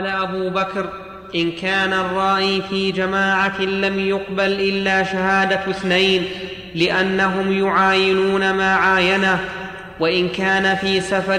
أبو بكر: إن كان الرائي في جماعة لم يقبل إلا شهادة اثنين لأنهم يعاينون ما عاينه، وإن كان في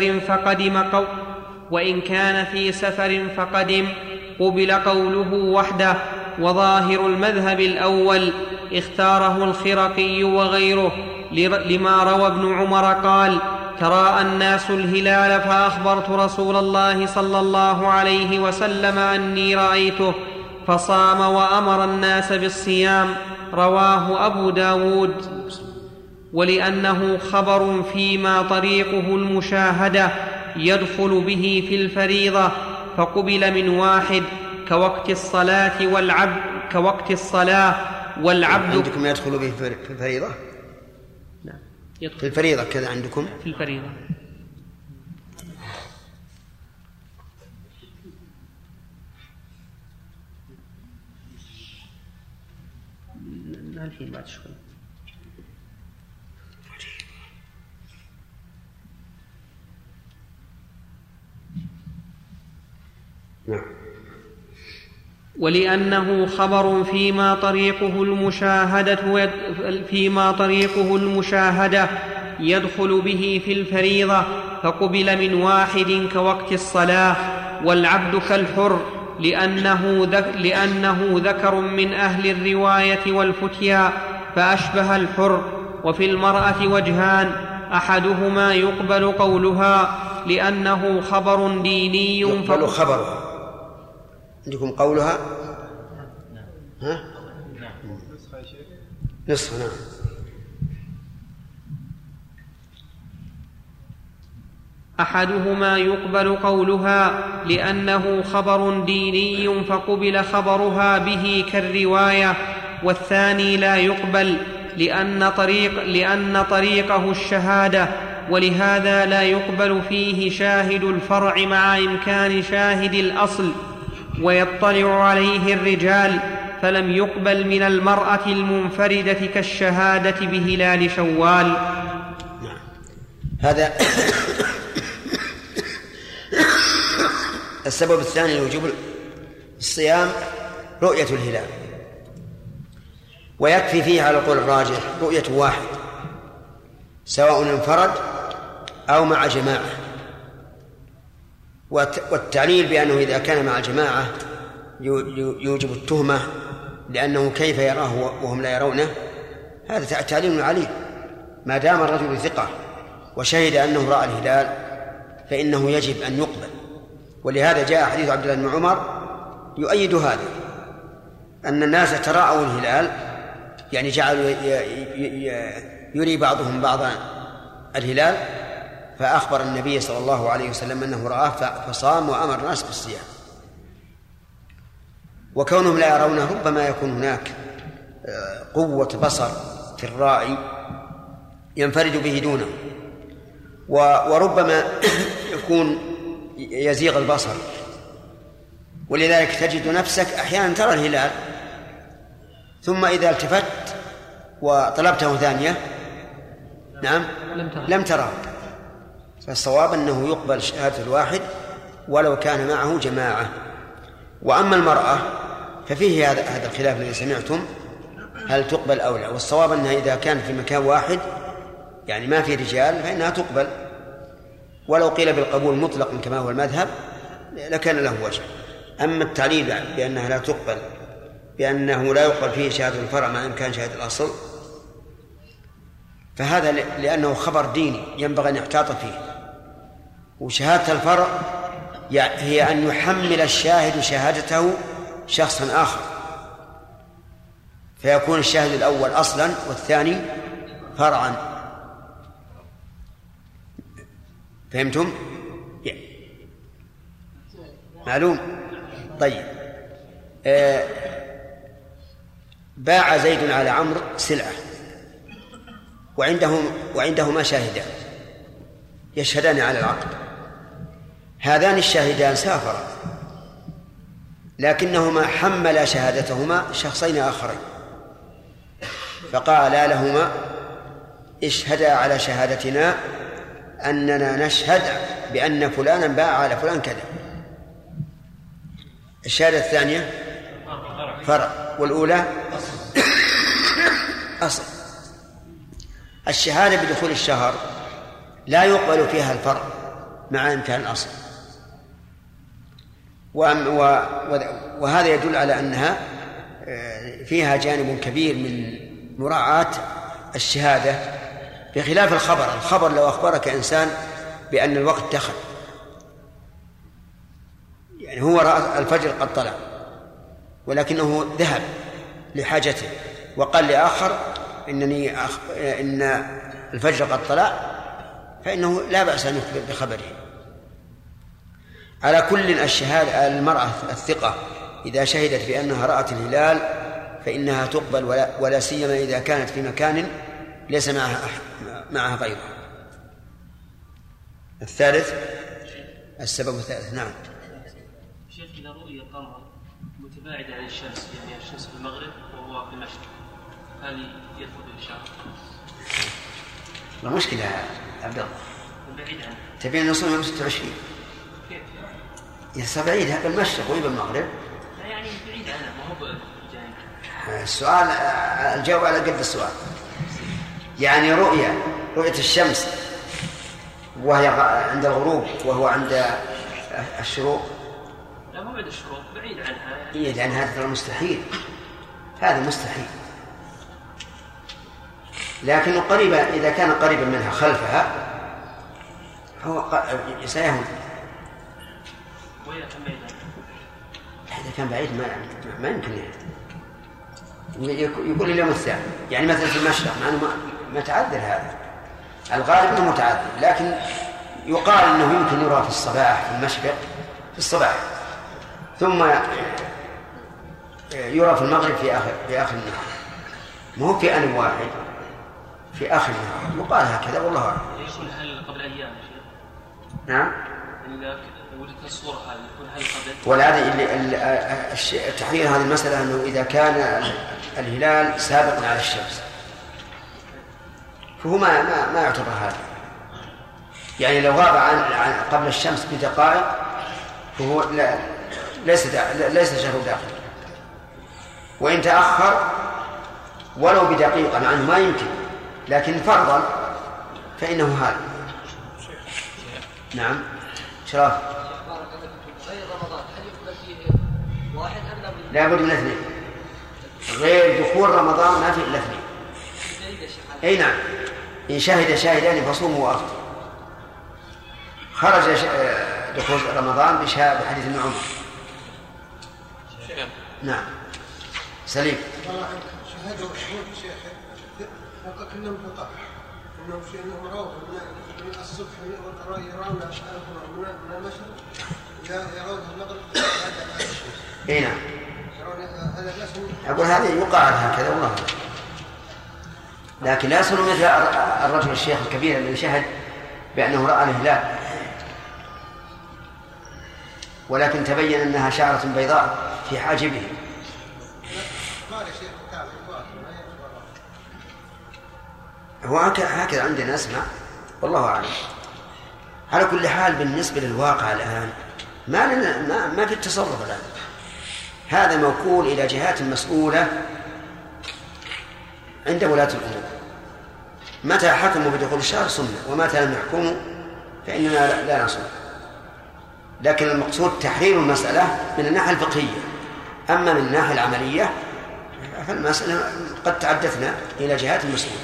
سفر فقدم قبل قوله وحده. وظاهر المذهب الأول اختاره الخرقي وغيره لما روى ابن عمر قال: تراءى الناس الهلال فأخبرت رسول الله صلى الله عليه وسلم أني رأيته فصام وأمر الناس بالصيام. رواه أبو داود. ولأنه خبر فيما طريقه المشاهدة يدخل به في الفريضة فقبل من واحد كوقت الصلاة والعبد عندكم يدخل به في الفريضة؟ نعم، في الفريضة كذا عندكم؟ في الفريضة. الحين بعد شوي. نعم. ولأنه خبر فيما طريقه المشاهدة يدخل به في الفريضة فقبل من واحد كوقت الصلاة. والعبد كالحر لأنه ذكر من أهل الرواية والفتيا فأشبه الحر. وفي المرأة وجهان: أحدهما يقبل قولها لأنه خبر ديني يقبل خبرها. عندكم قولها؟ ها؟ نصف. نعم. أحدهما يقبل قولها لأنه خبر ديني فقبل خبرها به كالرواية، والثاني لا يقبل لأن طريقه الشهادة، ولهذا لا يقبل فيه شاهد الفرع مع إمكان شاهد الأصل ويطلع عليه الرجال، فلم يقبل من المرأة المنفردة كالشهادة بهلال شوال. هذا السبب الثاني لوجوب الصيام رؤية الهلال، ويكفي فيه على القول الراجح رؤية واحد سواء انفرد أو مع جماعة. والتعليل بأنه إذا كان مع جماعة يوجب التهمة لأنه كيف يراه وهم لا يرونه، هذا تعليل عليه. ما دام الرجل ثقة وشهد أنه رأى الهلال فإنه يجب أن يقبل. ولهذا جاء حديث عبد الله بن عمر يؤيد هذا، أن الناس تراءوا الهلال، يعني جعلوا يري بعضهم بعضا الهلال، فأخبر النبي صلى الله عليه وسلم أنه رآه فصام وأمر الناس بالصيام. وكونهم لا يرونه ربما يكون هناك قوة بصر في الرائي ينفرد به دونه، وربما يكون يزيغ البصر، ولذلك تجد نفسك أحيانا ترى الهلال ثم إذا التفت وطلبته ثانية نعم لم تراه. فالصواب أنه يقبل شهادة الواحد ولو كان معه جماعة. وأما المرأة ففيه هذا الخلاف الذي سمعتم هل تقبل أو لا، والصواب أنها إذا كان في مكان واحد يعني ما في رجال فإنها تقبل، ولو قيل بالقبول مطلقا كما هو المذهب لكان له وجه. أما التعليل بأنها لا تقبل بأنه لا يقبل فيه شهادة الفرع مع إمكان شهادة الأصل، فهذا لأنه خبر ديني ينبغي أن يحتاط فيه. وشهادة الفرع هي أن يحمل الشاهد شهادته شخصا آخر، فيكون الشاهد الأول أصلا والثاني فرعا. فهمتم؟ معلوم؟ طيب. باع زيد على عمرو سلعة وعندهما شاهدان يشهدان على العقد. هذان الشاهدان سافرا لكنهما حملا شهادتهما شخصين آخرين، فقالا لهما اشهدا على شهادتنا أننا نشهد بأن فلانا باع على فلان كذا. الشهادة الثانية فرع والأولى أصل. الشهادة بدخول الشهر لا يقبل فيها الفرع مع إمكان الأصل، وهذا يدل على أنها فيها جانب كبير من مراعاة الشهادة، بخلاف الخبر لو أخبرك إنسان بأن الوقت دخل، يعني هو رأى الفجر قد طلع ولكنه ذهب لحاجته وقال لآخر إن الفجر قد طلع، فإنه لا بأس أن يخبر بخبره. على كل الشهادة المرأة الثقة إذا شهدت بأنها رأت الهلال فإنها تقبل، ولا سيما إذا كانت في مكان ليس معها غيرها. الثالث السبب الثالث. نعم. شيخ، إذا رؤي القمر متباعد عن الشمس، يعني الشمس في المغرب وهو في المشرق، هل يدخل الإشارة؟ لا مشكلة يا عبد الله، بعيد عنه. تبين نصوم يوم 26 يا بعيد هذا المشرق ويبقى المغرب، لا يعني بعيد عنه ما هو جانب. السؤال الجواب على قد السؤال. يعني رؤية الشمس وهي عند الغروب وهو عند الشروق، لا مو بعد الشروق، بعيد عنها. إيه، لأن هذا مستحيل، هذا مستحيل. لكن قريبا إذا كان قريبا منها خلفها هو سيهون. إذا كان بعيد ما يمكن يقول اليوم الثاني، يعني مثلا في المشرق، مع أنه ما تعذر هذا، الغالب أنه متعذر، لكن يقال أنه يمكن يرى في الصباح في المشرق في الصباح، ثم يرى في المغرب في آخر النهار، ما هو في آن واحد، في آخر النهار، يقال هكذا والله أعلم. يكون هل قبل أيام؟ نعم. إذا وجدت الصورة هذه يكون هل قبل؟ والعادة تحرير هذه المسألة أنه إذا كان الهلال سابقا على الشمس فهو ما يعتبر هذا، يعني لو غاب عن قبل الشمس بدقائق فهو ليس شهر داخل، وإن تأخر ولو بدقيقة مع أنه ما يمكن، لكن فرضا فإنه هذا. نعم. شراف. غير رمضان هل يقبل فيه واحد أم لا بد من اثنين، غير دخول رمضان ما في إلا اثنين. أي نعم، إن شهد شاهدان فصوموا وأفطروا. خرج دخول رمضان بحديث ابن عمر. نعم. سليم. شهادة شيخ كلهم فقط إنهم رأوا من الصبح يرون من المشرق يرون المغرب. اي نعم. أقول هذه يقال هكذا والله، لكن لا يصير مثل الرجل الشيخ الكبير الذي شهد بأنه رأى الهلال ولكن تبين أنها شعرة بيضاء في حاجبه. هو هكذا عندنا نسمع والله أعلم. على كل حال بالنسبة للواقع الآن ما في التصرف الآن، هذا موكول إلى جهات مسؤولة عند ولاة الأمور، متى حكموا بدخول الشهر صمنا، ومتى لم يحكموا فإننا لا نصوم. لكن المقصود تحرير المسألة من الناحية الفقهية، أما من الناحية العملية فالمسألة قد تعدتنا إلى جهات مسؤولة.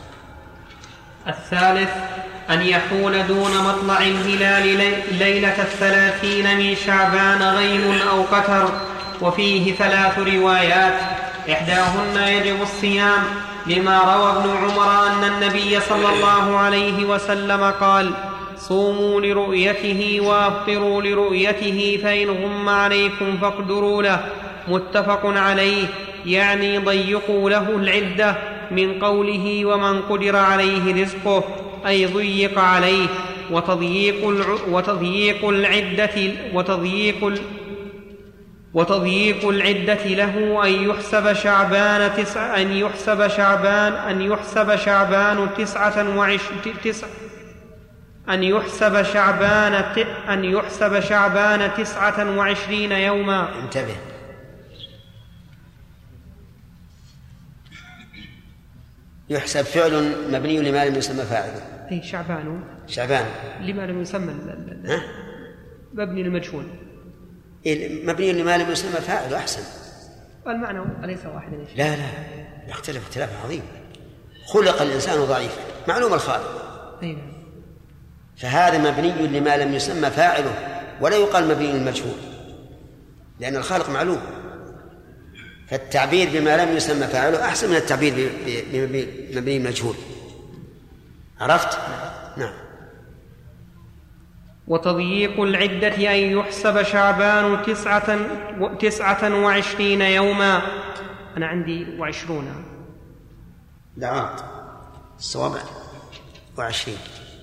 الثالث أن يحول دون مطلع الهلال ليلة 30 من شعبان غيم أو قتر، وفيه 3 روايات، إحداهن يجب الصيام لما روى ابن عمر أن النبي صلى الله عليه وسلم قال: صوموا لرؤيته وأفطروا لرؤيته، فإن غم عليكم فاقدروا له. متفق عليه، يعني ضيقوا له العدة، من قوله ومن قدر عليه رزقه، أي ضيق عليه. وتضييق العدة له أن يحسب شعبان 29 أن يحسب شعبان 29 يوما. انتبه، يحسب فعل مبني لما لم يسمى فاعله. أي شعبان لما لم يسمى مبني للمجهول. مبني لما لم يسمى فاعله أحسن. المعنى أليس واحدا؟ لا يختلف اختلاف عظيم. خلق الإنسان ضعيفا معلوم الخالق، فهذا مبني لما لم يسمى فاعله، ولا يقال مبني للمجهول لأن الخالق معلوم. فالتعبير بما لم يسمى فاعله أحسن من التعبير بمبني المجهول. عرفت؟ نعم. وتضييق العدة أن يحسب شعبان 29 يوما. أنا عندي 20. دعوت الصواب 20.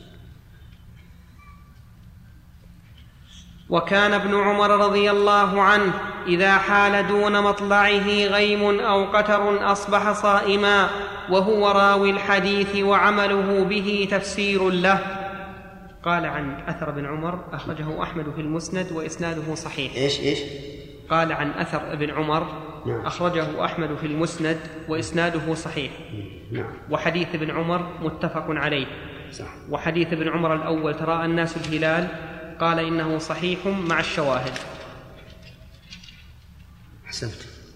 وكان ابن عمر رضي الله عنه إذا حال دون مطلعه غيم أو قتر أصبح صائما، وهو راوي الحديث وعمله به تفسير له. قال عن أثر ابن عمر أخرجه أحمد في المسند وإسناده صحيح. إيش؟ قال عن أثر ابن عمر أخرجه أحمد في المسند وإسناده صحيح. وحديث ابن عمر متفق عليه. وحديث ابن عمر الأول تراءى الناس الهلال قال إنه صحيح مع الشواهد. أحسنت.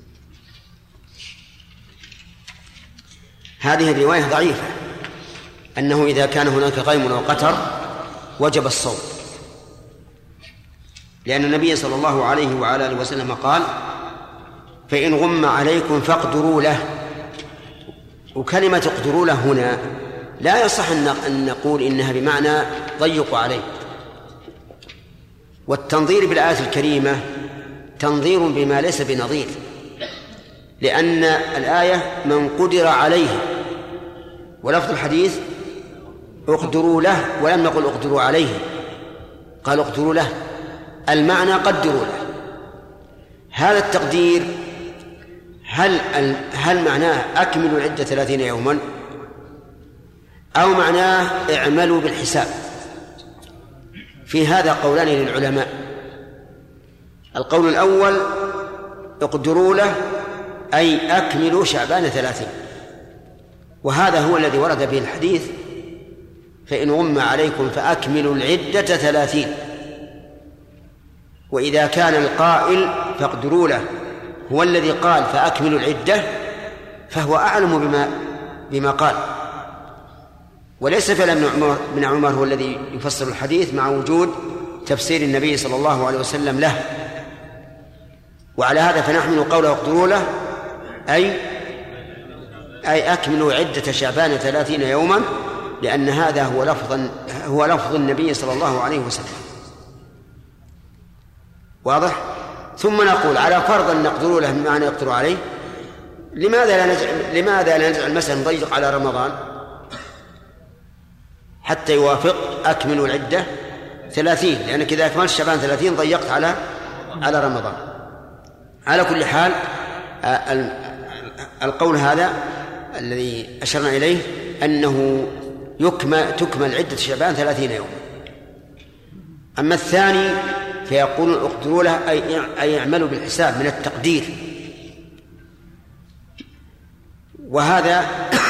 هذه الرواية ضعيفة، أنه إذا كان هناك غيم أو قتر وجب الصوم، لأن النبي صلى الله عليه وعلى آله وسلم قال: فإن غم عليكم فاقدروا له. وكلمة اقدروا له هنا لا يصح أن نقول إنها بمعنى ضيقوا عليه. والتنظير بالآية الكريمة تنظير بما ليس بنظير، لأن الآية من قدر عليه، ولفظ الحديث اقدروا له، ولم نقل اقدروا عليه، قال اقدروا له، المعنى قدروا له. هذا التقدير هل معناه أكملوا العدة 30 يوما، أو معناه اعملوا بالحساب؟ في هذا قولان للعلماء. القول الأول اقدروا له أي أكملوا شعبان 30، وهذا هو الذي ورد به الحديث: فإن غم عليكم فأكملوا العدة 30. وإذا كان القائل فاقدروا له هو الذي قال فأكملوا العدة، فهو أعلم بما قال، وليس فعل ابن عمر هو الذي يفسر الحديث مع وجود تفسير النبي صلى الله عليه وسلم له. وعلى هذا فنحمل قوله اقدروا له أي أكملوا عدة شعبان 30 يوما، لأن هذا هو لفظ النبي صلى الله عليه وسلم. واضح؟ ثم نقول على فرض أن نقدروا له بمعنى يقدروا عليه، لماذا لا نجعل مثلا نضيق على رمضان حتى يوافق أكملوا العدة 30؟ لأنك إذا أكملت شعبان 30 ضيقت على رمضان. على كل حال القول هذا الذي أشرنا إليه أنه تكمل عدة شعبان 30 يوم. أما الثاني فيقول اقدروا له أي يعملوا بالحساب من التقدير، وهذا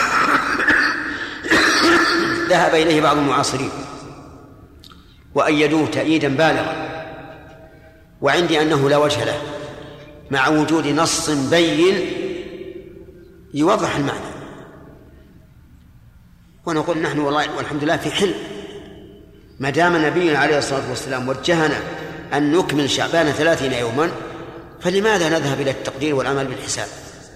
ذهب إليه بعض المعاصرين وأيدوه تأييدا بالغا، وعندي أنه لا وجه له مع وجود نص بين يوضح المعنى. ونقول نحن والله والحمد لله في حل، ما دام نبينا عليه الصلاة والسلام وجهنا أن نكمل شعبان 30 يوما، فلماذا نذهب إلى التقدير والعمل بالحساب؟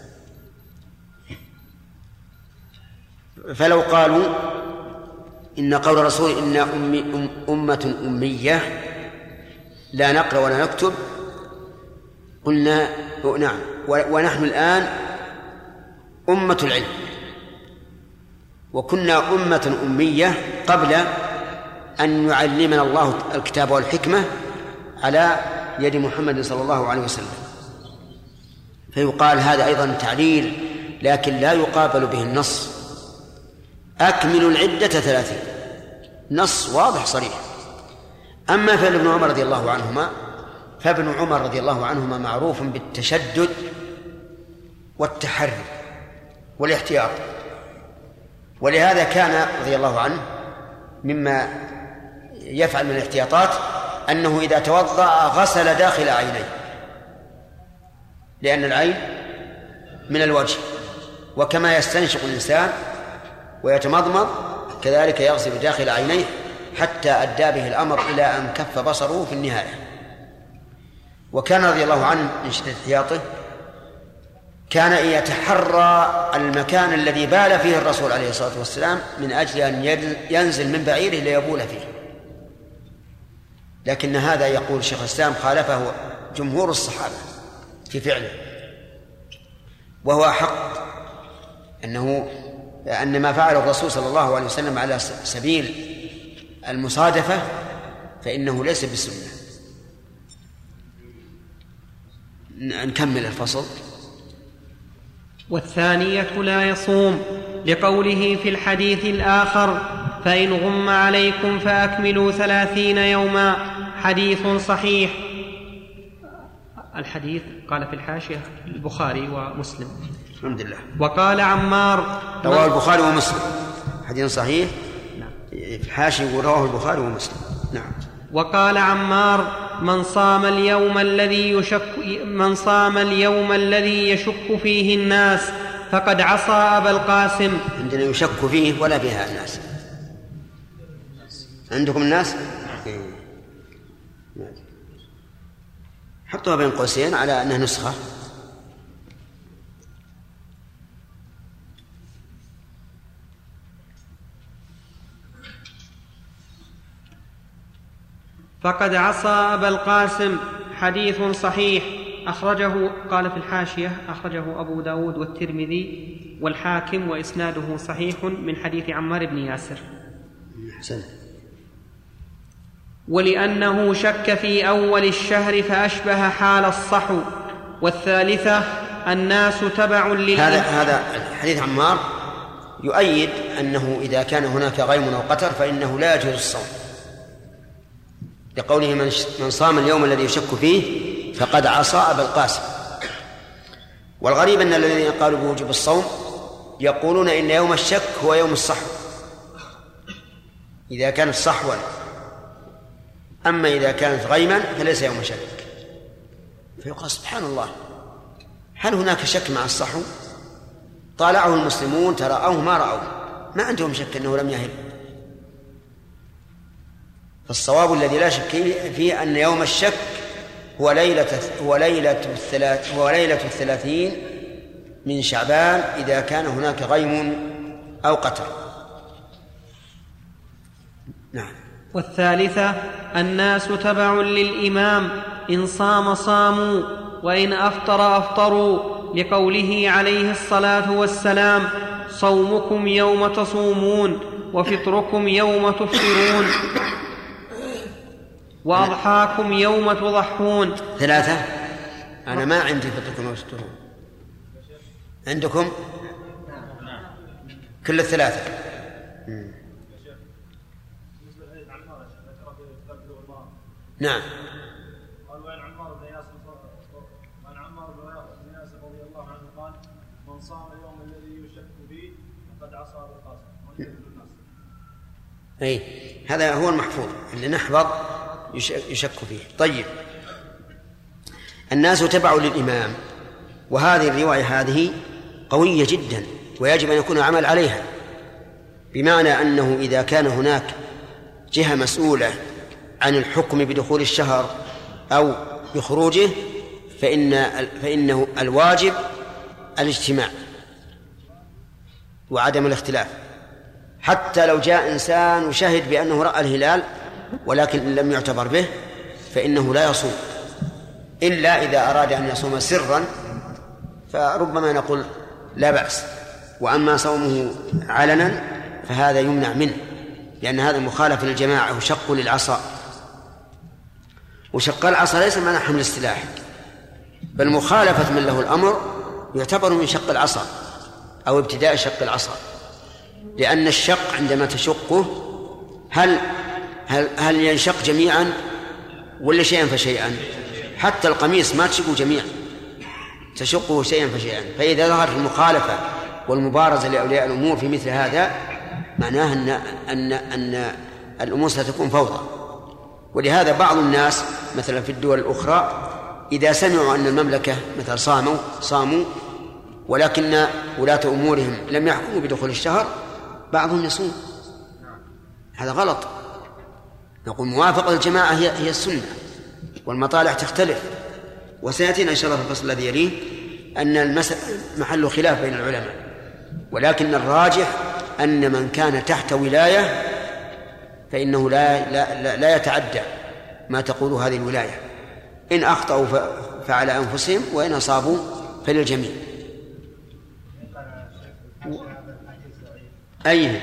فلو قالوا إن قول الرسول إن أمة أمية لا نقرأ ولا نكتب، قلنا نعم، ونحن الآن أمة العلم، وكنا أمة أمية قبل أن يعلمنا الله الكتاب والحكمة على يد محمد صلى الله عليه وسلم. فيقال هذا أيضا تعليل، لكن لا يقابل به النص: أكملوا العدة 30. نص واضح صريح. أما فعل ابن عمر رضي الله عنهما، فابن عمر رضي الله عنهما معروف بالتشدد والتحري والاحتياط، ولهذا كان رضي الله عنه مما يفعل من الاحتياطات أنه إذا توضأ غسل داخل عينيه، لأن العين من الوجه، وكما يستنشق الإنسان ويتمضمض كذلك يغسل داخل عينيه حتى أدى به الأمر إلى أن كف بصره في النهاية. وكان رضي الله عنه من شدة احتياطه كان يتحرى المكان الذي بال فيه الرسول عليه الصلاة والسلام من أجل أن ينزل من بعيره ليبول فيه. لكن هذا يقول شيخ الإسلام خالفه جمهور الصحابة في فعله، وهو حق أن ما فعله الرسول صلى الله عليه وسلم على سبيل المصادفة فإنه ليس بسنة. نكمل الفصل. والثانية لا يصوم، لقوله في الحديث الآخر: فإن غم عليكم فأكملوا 30 يوما، حديث صحيح. الحديث قال في الحاشية البخاري ومسلم. الحمد لله. وقال عمار رواه البخاري ومسلم، حديث صحيح. نعم. في الحاشية رواه البخاري ومسلم. نعم. وقال عمار: من صام اليوم الذي يشك فيه الناس فقد عصى أبا القاسم. عندنا يشك فيه ولا بها الناس. عندكم الناس؟ حطوها بين قوسين على أنها نسخة. فقد عصى أبا القاسم، حديث صحيح. أخرجه، قال في الحاشية: أخرجه أبو داود والترمذي والحاكم وإسناده صحيح من حديث عمار بن ياسر. حسن. ولأنه شك في أول الشهر فأشبه حال الصحو. والثالثة: الناس تبع هذا حديث عمار يؤيد أنه إذا كان هناك غيم أو قتر فإنه لا يجوز الصوم، لقوله: من صام اليوم الذي يشك فيه فقد عصى أبا القاسم. والغريب أن الذين قالوا بوجوب الصوم يقولون إن يوم الشك هو يوم الصحو إذا كانت صحوا، أما إذا كانت غيما فليس يوم شك. فيقال: سبحان الله، هل هناك شك مع الصحو؟ طالعه المسلمون ترأوه ما رأوه، ما عندهم شك أنه لم يهل. فالصواب الذي لا شك فيه أن يوم الشك هو ليلة 30 من شعبان إذا كان هناك غيم أو قتر. نعم. والثالثة: الناس تبع للإمام، إن صام صاموا وإن أفطر أفطروا، لقوله عليه الصلاة والسلام: صومكم يوم تصومون وفطركم يوم تفطرون وأضحاكم يوم تضحون. 3. أنا ما عندي فطركم يوم تفطرون. عندكم كل 3. نعم. قال: وعن عمار بن ياسر رضي الله عنه قال: من صام اليوم الذي يشك فيه فقد عصى أبا القاسم. أي هذا هو المحفوظ اللي نحفظ يشك فيه. طيب، الناس تبع للإمام، وهذه الرواية هذه قوية جدا ويجب أن يكون عمل عليها، بمعنى أنه إذا كان هناك جهة مسؤولة عن الحكم بدخول الشهر أو بخروجه فإنه الواجب الاجتماع وعدم الاختلاف، حتى لو جاء إنسان وشهد بأنه رأى الهلال ولكن لم يعتبر به فإنه لا يصوم، إلا إذا أراد أن يصوم سرا فربما نقول لا بأس. وأما صومه علنا فهذا يمنع منه، لأن هذا مخالف للجماعة وشق للعصا، وشق العصا ليس معنى حمل السلاح، بل مخالفة من له الأمر يعتبر من شق العصا أو ابتداء شق العصا، لأن الشق عندما تشقه هل ينشق جميعا ولا شيئا فشيئا؟ حتى القميص ما تشقه جميعا، تشقه شيئا فشيئا. فإذا ظهرت المخالفة والمبارزة لأولياء الأمور في مثل هذا معناه أن الأمور ستكون فوضى. ولهذا بعض الناس مثلا في الدول الأخرى إذا سمعوا أن المملكة مثلا صاموا ولكن ولاة أمورهم لم يحكموا بدخول الشهر بعضهم يصوم. هذا غلط. نقول موافقة الجماعة هي السنة، والمطالع تختلف. وسيأتينا إن شاء الله في الفصل الذي يليه أن المسألة محل خلاف بين العلماء، ولكن الراجح أن من كان تحت ولاية فإنه لا يتعدى ما تقول هذه الولاية. إن أخطأوا فعلى أنفسهم، وإن أصابوا فللجميع. أين؟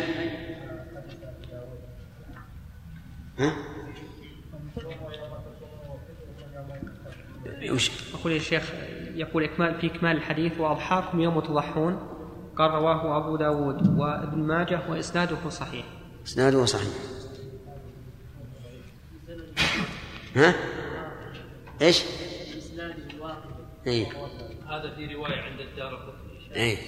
أقول يا شيخ، يقول في إكمال الحديث: وأضحاكم يوم تضحون، قال رواه أبو داود وابن ماجه وإسناده صحيح. إسناده صحيح. إيش؟ هذا في رواية عند الدارقطني. إيه.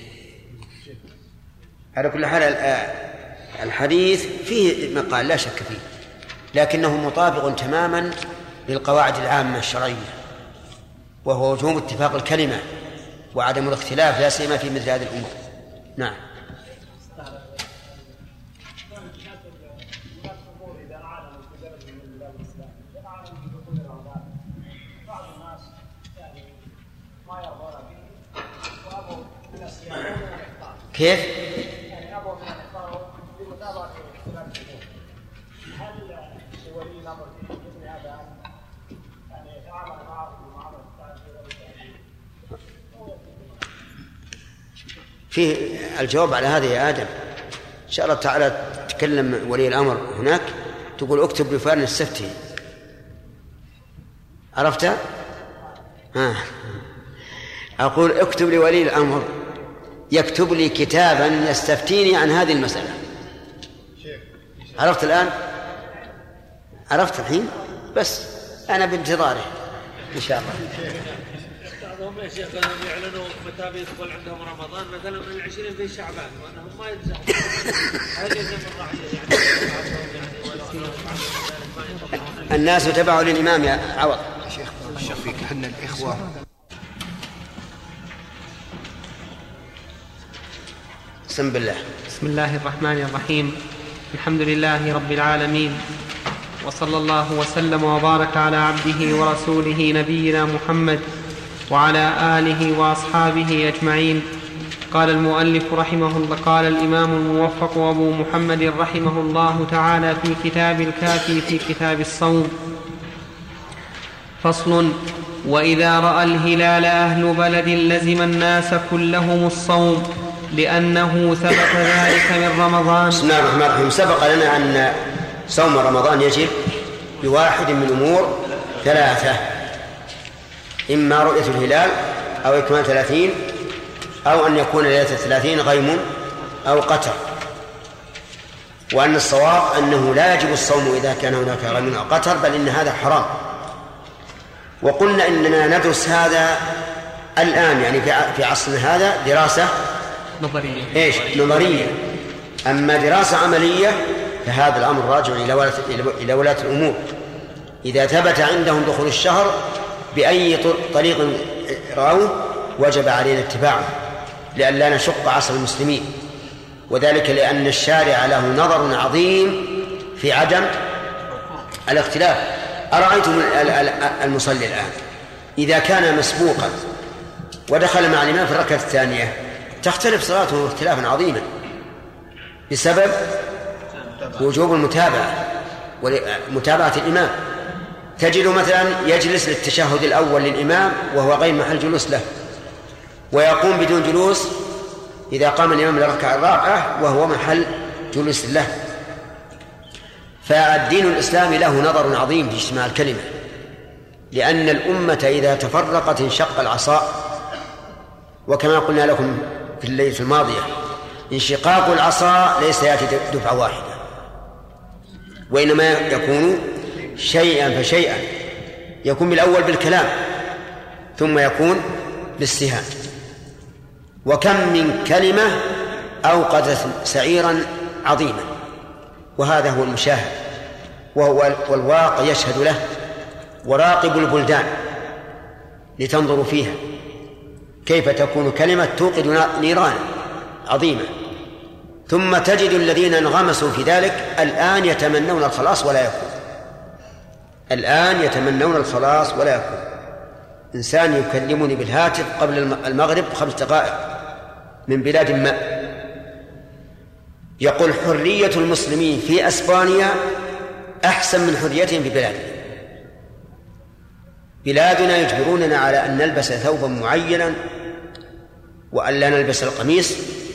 على كل حال الحديث فيه مقال لا شك فيه، لكنه مطابق تماما للقواعد العامة الشرعية، وهو وجوب اتفاق الكلمة وعدم الاختلاف، لا سيما في مثل هذه الأمور. نعم. كيف؟ فيه الجواب على هذا يا آدم. إن شاء الله تعالى تكلم ولي الأمر هناك، تقول اكتب لفلان السفتي، عرفت؟ أقول اكتب لولي الأمر يكتب لي كتابا يستفتيني عن هذه المسألة. عرفت الآن؟ عرفت الحين؟ بس أنا بانتظاره إن شاء الله. بعضهم يا شيخ يعلنوا متى بيدخل عندهم رمضان، مثلا من 20 في شعبان، وأنهم ما يتزحون. هل يلزم الرعية يعني الناس تبعوا للإمام يا عوض. شيخ فيك حنا الإخوة. بسم الله. بسم الله الرحمن الرحيم. الحمد لله رب العالمين، وصلى الله وسلم وبارك على عبده ورسوله نبينا محمد وعلى آله وأصحابه أجمعين. قال المؤلف رحمه الله، قال الإمام الموفق أبو محمد رحمه الله تعالى في كتاب الكافي في كتاب الصوم: فصل: وإذا رأى الهلال أهل بلد لزم الناس كلهم الصوم، لأنه ثبت ذلك من رمضان. بسم الله الرحمن الرحيم. سبق لنا أن صوم رمضان يجب بواحد من أمور ثلاثة: إما رؤية الهلال أو إكمال 30 أو أن يكون ليلة 30 غيم أو قتر. وأن الصواب أنه لا يجب الصوم إذا كان هناك غيم أو قتر، بل إن هذا حرام. وقلنا إننا ندرس هذا الآن، يعني في عصرنا هذا دراسة نظرية. نظرية. أما دراسة عملية فهذا الأمر راجع إلى ولاة الأمور. إذا ثبت عندهم دخول الشهر بأي طريق رأوه وجب علينا اتباعه، لئلا نشق عصر المسلمين. وذلك لأن الشارع له نظر عظيم في عدم الاختلاف. أرأيتم المصلي الآن إذا كان مسبوقا ودخل مع الإمام في الركعة الثانية تختلف صلاته اختلافا عظيما بسبب وجوب متابعة الإمام. تجد مثلا يجلس للتشهد الأول للإمام وهو غير محل جلوس له، ويقوم بدون جلوس إذا قام الإمام للركعة الرابعة وهو محل جلوس له. فالدين الإسلامي له نظر عظيم في اجتماع الكلمة، لأن الأمة إذا تفرقت انشق العصاء. وكما قلنا لكم في الليلة الماضية، انشقاق العصا ليس يأتي دفعة واحدة، وإنما يكون شيئا فشيئا، يكون بالأول بالكلام ثم يكون بالسهام. وكم من كلمة أوقدت سعيرا عظيما، وهذا هو المشاهد والواقع يشهد له. وراقبوا البلدان لتنظروا فيها كيف تكون كلمة توقد نيران عظيمة، ثم تجد الذين انغمسوا في ذلك الآن يتمنون الخلاص ولا يكون. الآن يتمنون الخلاص ولا يكون. إنسان يكلمني بالهاتف قبل المغرب 5 دقائق من بلاد ما، يقول حرية المسلمين في أسبانيا أحسن من حريتهم في بلادنا. بلادنا يجبروننا على أن نلبس ثوبا معينا، وأن لا نلبس القميص،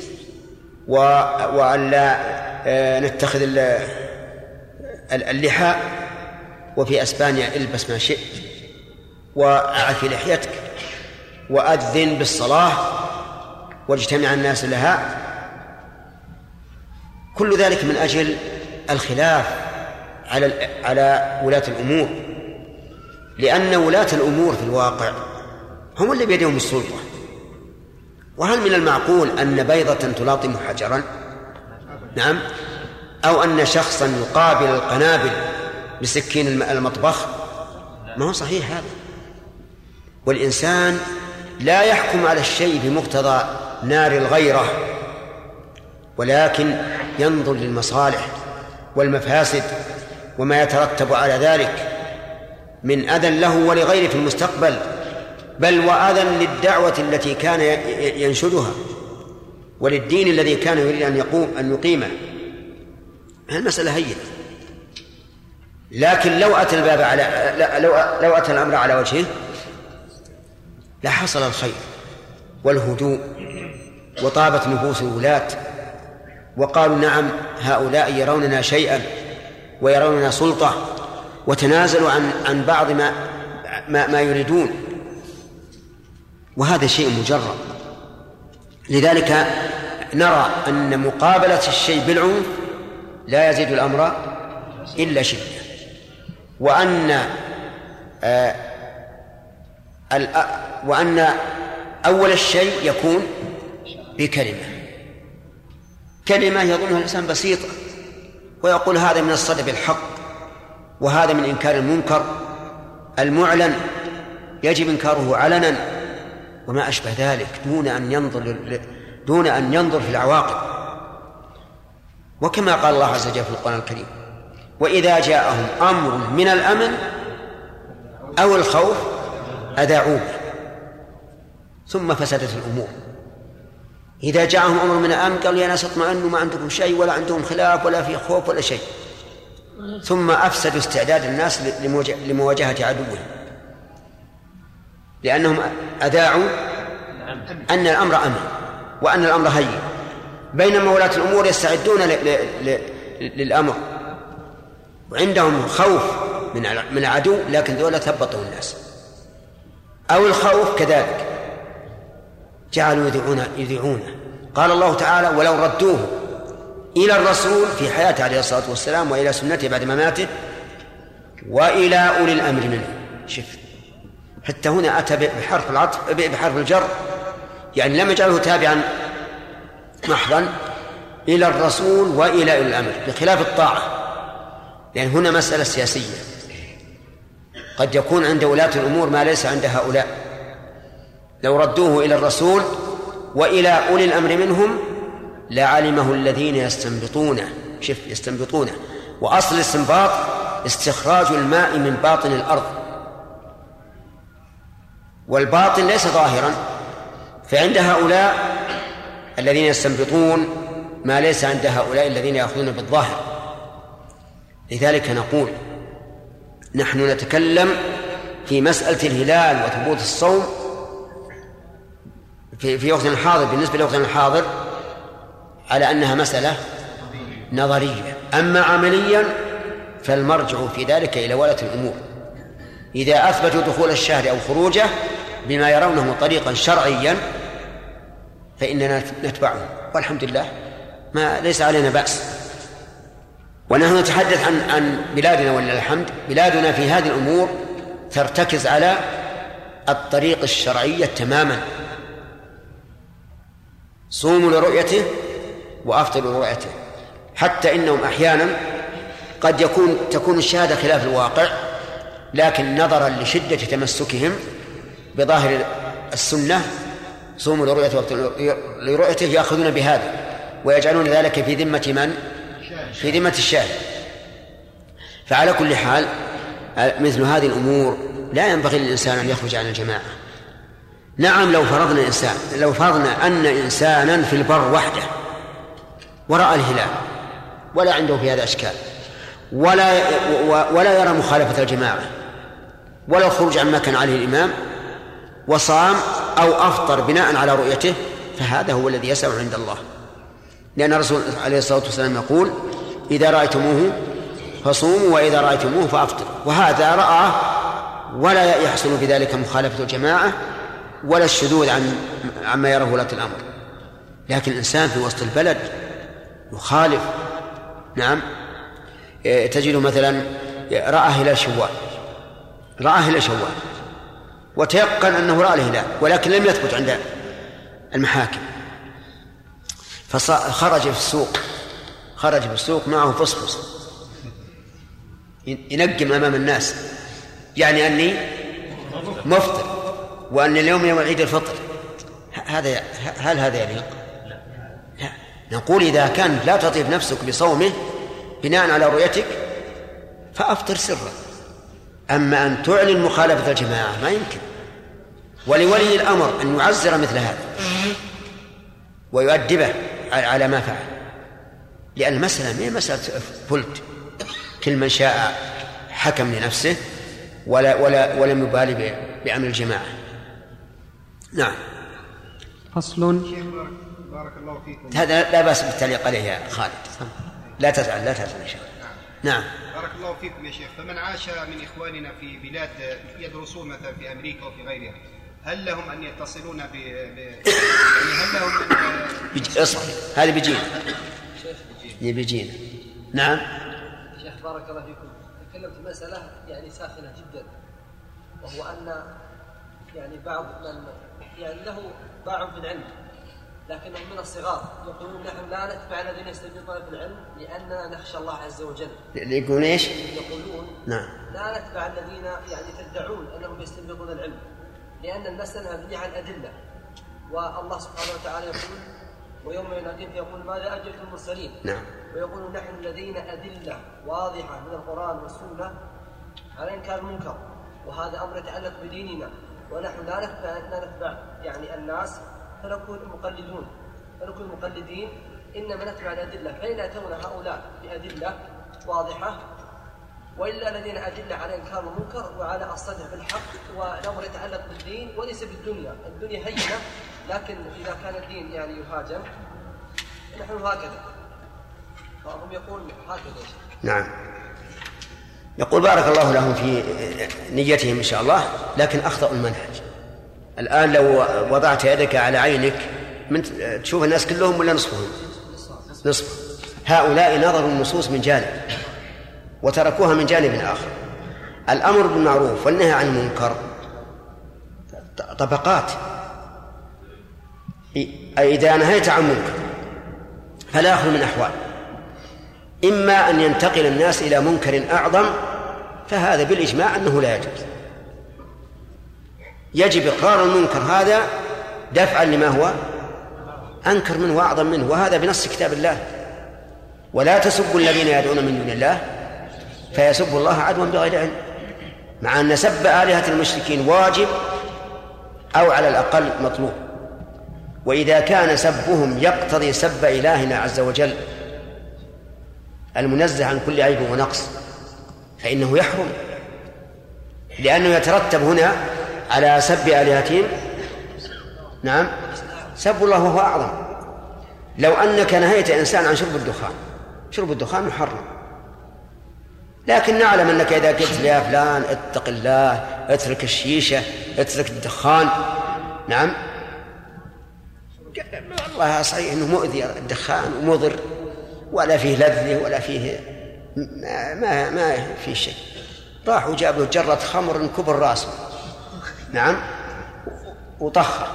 وأن لا نتخذ اللحى. وفي أسبانيا البس ما شئت، وأعف لحيتك، وأذن بالصلاة، واجتمع الناس لها. كل ذلك من أجل الخلاف على ولاة الأمور، لأن ولاة الأمور في الواقع هم اللي بيدهم السلطة. وهل من المعقول أن بيضة تلاطم حجرا؟ نعم. أو أن شخصا يقابل القنابل بسكين المطبخ؟ ما هو صحيح هذا. والإنسان لا يحكم على الشيء بمقتضى نار الغيرة، ولكن ينظر للمصالح والمفاسد وما يترتب على ذلك من أذى له ولغيره في المستقبل، بل وأذى للدعوة التي كان ينشدها وللدين الذي كان يريد أن يقيمه. المسألة هينة. لكن لو أتى الباب لو أتى الأمر على وجهه لحصل الخير والهدوء، وطابت نفوس الولاة، وقالوا نعم هؤلاء يروننا شيئا ويروننا سلطة، وتنازلوا عن بعض ما يريدون، وهذا شيء مجرد. لذلك نرى أن مقابلة الشيء بالعنف لا يزيد الأمر إلا شدة، وأن أول الشيء يكون كلمة يظنها الإنسان بسيطة، ويقول هذا من الصدق بالحق، وهذا من إنكار المنكر المعلن يجب إنكاره علنا، وما أشبه ذلك، دون أن ينظر في العواقب. وكما قال الله عز وجل في القرآن الكريم: وإذا جاءهم أمر من الأمن أو الخوف أذاعوه ثم فسدت الأمور. إذا جاءهم أمر من الأمن قالوا يا ناس اطمئنوا ما عندكم شيء ولا عندهم خلاف ولا في خوف ولا شيء، ثم أفسدوا استعداد الناس لمواجهة عدوهم، لأنهم أذاعوا أن الأمر أمن وأن الأمر هين، بينما ولاة الأمور يستعدون للأمر وعندهم خوف من العدو، لكن ذولا ثبطوا الناس. أو الخوف كذلك جعلوا يذيعونه. قال الله تعالى: ولو ردوه إلى الرسول في حياته عليه الصلاة والسلام وإلى سنته بعد مماته وإلى أولي الأمر منه. شف حتى هنا أتى بحرف العطف بحرف الجر، يعني لم يجعله تابعا محضا إلى الرسول وإلى أولي الأمر، بخلاف الطاعة، لأن هنا مسألة سياسية، قد يكون عند ولاة الأمور ما ليس عند هؤلاء. لو ردوه إلى الرسول وإلى أولي الأمر منهم لعلمه الذين يستنبطونه. يستنبطونه، وأصل الاستنباط استخراج الماء من باطن الأرض، والباطن ليس ظاهرا، فعند هؤلاء الذين يستنبطون ما ليس عند هؤلاء الذين يأخذون بالظاهر. لذلك نقول نحن نتكلم في مسألة الهلال وثبوت الصوم في وقتنا الحاضر بالنسبة لوقتنا الحاضر على أنها مسألة نظرية، أما عمليا فالمرجع في ذلك إلى ولاة الأمور. إذا أثبتوا دخول الشهر أو خروجه بما يرونه طريقا شرعيا فإننا نتبعهم، والحمد لله ما ليس علينا بأس. ونحن نتحدث عن بلادنا ولله الحمد. بلادنا في هذه الأمور ترتكز على الطريق الشرعية تماما، صوموا لرؤيته وأفطروا لرؤيته، حتى إنهم أحيانا قد تكون الشهادة خلاف الواقع، لكن نظرا لشدة تمسكهم بظاهر السنة صوموا لرؤيته وأفطروا لرؤيته يأخذون بهذا ويجعلون ذلك في ذمة من؟ في ذمة الشاهد. فعلى كل حال مثل هذه الأمور لا ينبغي للإنسان أن يخرج عن الجماعة. نعم، لو فرضنا أن إنسانا في البر وحده ورأى الهلال ولا عنده في هذا أشكال ولا يرى مخالفة الجماعة ولا الخروج عما كان عليه الإمام وصام أو أفطر بناء على رؤيته، فهذا هو الذي يسع عند الله، لأن الرسول عليه الصلاة والسلام يقول: إذا رأيتموه فصوموا وإذا رأيتموه فأفطروا. وهذا رأى ولا يحصل بذلك مخالفة الجماعة ولا الشذوذ عما يراه ولاة الأمر. لكن الإنسان في وسط البلد يخالف. نعم، تجد مثلا رأى هلال شوال وتيقن أنه رأى الهلال ولكن لم يثبت عند المحاكم، فخرج في السوق معه فصفص ينقم أمام الناس، يعني أني مفطر وأن اليوم يوم عيد الفطر. هل هذا يليق؟ لا. نقول إذا كان لا تطيب نفسك بصومه بناء على رؤيتك فأفطر سرا، أما أن تعلن مخالفة الجماعة ما يمكن. ولولي الأمر أن يعزر مثل هذا ويؤدبه على ما فعل، لأن المسألة ما هي مسألة فلت كل من شاء حكم لنفسه ولم يبالي بأمر الجماعة. نعم. فصل. بارك الله فيكم. هذا لا بأس بالتعليق عليه يا خالد، لا تزعل يا شيخ. نعم. بارك الله فيكم يا شيخ. فمن عاش من إخواننا في بلاد يدرسون مثلا في أمريكا وفي غيرها، هل لهم أن يتصلون يعني هل لهم هذه بيجينا. نعم. شيخ بارك الله فيكم، تكلمت مسألة يعني ساخنة جدا، وهو أن يعني بعض من يعني له باع في العلم لكنهم من الصغار يقولون: نحن لا نتبع الذين يستنبطون في العلم لأننا نخشى الله عز وجل. يقولون ايش؟ يقولون نعم، لا نتبع الذين يعني تدعون أنهم يستنبطون العلم لأن المسألة مبنية على الأدلة، والله سبحانه وتعالى يقول: ويوم يناديهم يقول ماذا أجبتم المرسلين. نعم. ويقولون: نحن لدينا أدلة واضحة من القرآن والسنة على إنكار المنكر، وهذا أمر يتعلق بديننا، ونحن لا نتبع يعني الناس فنكون مقلدين، إنما نتبع الأدلة. فإن أتونا هؤلاء بأدلة واضحة وإلا لدينا أدلة على إنكار المنكر وعلى الصدع بالحق، والأمر يتعلق بالدين وليس بالدنيا. الدنيا هينة، لكن إذا كان الدين يعني يهاجم نحن هكذا، فهم يقول هكذا. نعم. يقول بارك الله لهم في نيتهم إن شاء الله، لكن أخطأوا المنهج. الآن لو وضعت يدك على عينك تشوف الناس كلهم ولا نصفهم؟ نصف. هؤلاء نظروا النصوص من جانب وتركوها من جانب آخر. الأمر بالمعروف والنهي عن المنكر طبقات. إذا نهيت عن منكر فلا يخلو من أحوال: إما أن ينتقل الناس إلى منكر أعظم، فهذا بالإجماع أنه لا يجوز، يجب إقرار المنكر هذا دفعا لما هو أنكر منه وأعظم منه، وهذا بنص كتاب الله: ولا تسبوا الذين يدعون من دون الله فيسبوا الله عدوا بغير علم. مع أن سب آلهة المشركين واجب أو على الأقل مطلوب، وإذا كان سبهم يقتضي سب إلهنا عز وجل المنزه عن كل عيب ونقص فإنه يحرم، لأنه يترتب هنا على سب آلهتهم نعم سب الله وهو أعظم. لو أنك نهيت إنسان عن شرب الدخان محرم، لكن نعلم أنك إذا قلت يا فلان اتق الله، اترك الشيشة، اترك الدخان، نعم والله صحيح أنه مؤذي الدخان ومضر ولا فيه لذة ولا فيه ما في شيء. راح وجاب له جرة خمر كبر راسه، نعم، وطخر.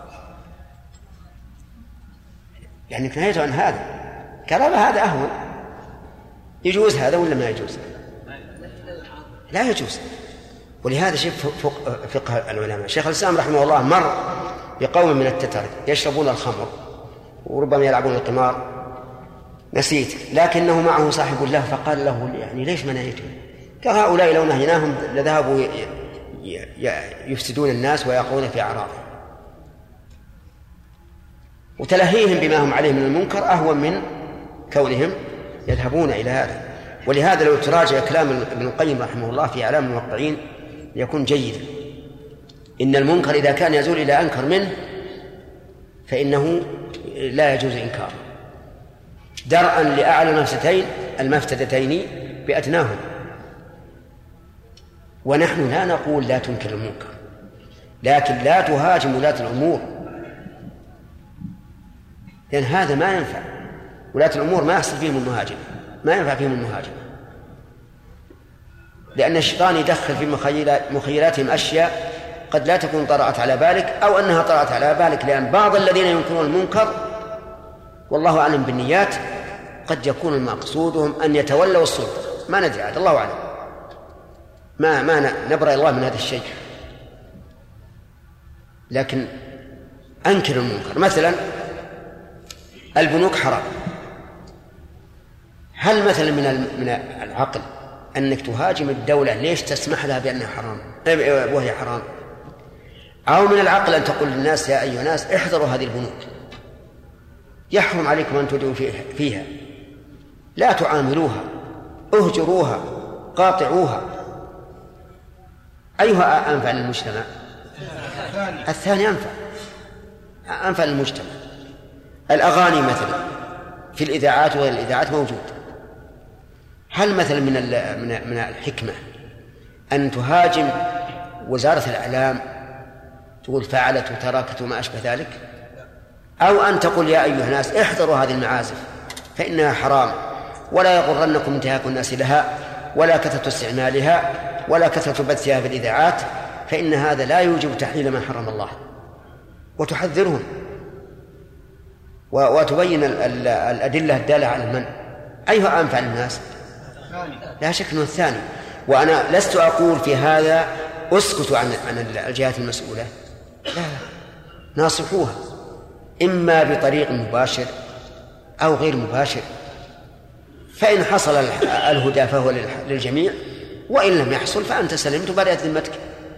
يعني نهيته عن هذا، قال هذا أهون. يجوز هذا ولا ما يجوز؟ لا يجوز. ولهذا شوف فقه العلماء. شيخ الإسلام رحمه الله مر بقوم من التتر يشربون الخمر وربما يلعبون القمار، نسيت، لكنه معه صاحب له فقال له يعني ليش ما نهيتهم؟ قال هؤلاء لو نهيناهم لذهبوا يفسدون الناس ويقعون في أعراضهم، وتلهيهم بما هم عليه من المنكر أهون من كونهم يذهبون إلى هذا. ولهذا لو تراجع كلام ابن القيم رحمه الله في أعلام الموقعين يكون جيدا. إن المنكر إذا كان يزول إلى أنكر منه فإنه لا يجوز إنكاره، درءا لأعلى المفسدتين بأدناهم. ونحن لا نقول لا تنكر المنكر، لكن لا تهاجم ولاة الأمور، لأن هذا ما ينفع. ولاة الأمور ما يحصل فيهم المهاجمة، ما ينفع فيهم المهاجمة، لأن الشيطان يدخل في مخيلاتهم أشياء قد لا تكون طرأت على بالك، أو أنها طرأت على بالك، لأن بعض الذين ينكرون المنكر والله أعلم بالنيات قد يكون مقصودهم أن يتولوا السلطة، ما ندري عاد، الله أعلم، ما نبرأ الله من هذا الشيء. لكن أنكر المنكر. مثلا البنوك حرام، هل مثلا من العقل أنك تهاجم الدولة ليش تسمح لها بأنها حرام وهي حرام؟ أو من العقل أن تقول للناس يا أيها الناس احذروا هذه البنوك، يحرم عليكم أن تدعوا فيها، لا تعاملوها، اهجروها، قاطعوها. أيها أنفع للمجتمع؟ الثاني أنفع للمجتمع. الأغاني مثلا في الإذاعات وغير الإذاعات موجود، هل مثلا من الحكمة أن تهاجم وزارة الإعلام تقول فعلت وتركت وما أشبه ذلك، أو أن تقول يا أيها الناس احذروا هذه المعازف فإنها حرام، ولا يغرنكم انتهاك الناس لها، ولا كثرة استعمالها، ولا كثرة بثها في الإذاعات، فإن هذا لا يوجب تحليل ما حرم الله، وتحذرهم وتبين الأدلة الدالة على المنع. أيها أنفع للناس؟ لا شك أنه الثاني. وأنا لست أقول في هذا أسكتوا عن الجهات المسؤولة، لا، ناصحوها إما بطريق مباشر أو غير مباشر، فإن حصل الهدى فهو للجميع، وإن لم يحصل فأنت سلمت وبرئت ذمتك.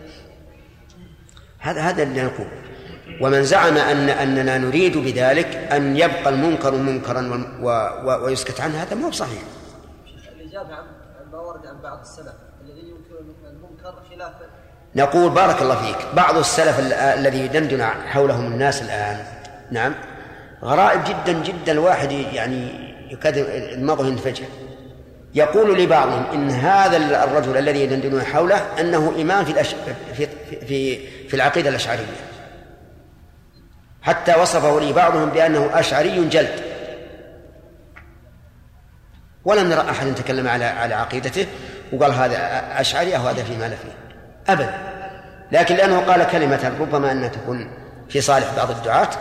هذا اللي نقول. ومن زعم أننا نريد بذلك أن يبقى المنكر منكرا ويسكت عنه، هذا مو صحيح. الإجابة عن ما ورد عن بعض السلف الذي ينكر المنكر خلاف، نقول بارك الله فيك، بعض السلف الذي يدندن حولهم الناس الآن، نعم، غرائب جدا جدا، الواحد يعني يكاد دماغه ينفجر. يقول لبعضهم إن هذا الرجل الذي يدندنون حوله أنه إمام في العقيدة الأشعرية، حتى وصفه لي بعضهم بأنه أشعري جلد، ولم نرى أحد تكلم على عقيدته وقال هذا أشعري أو هذا فيما لا فيه أبدا، لكن لأنه قال كلمة ربما أنها تكون في صالح بعض الدعاة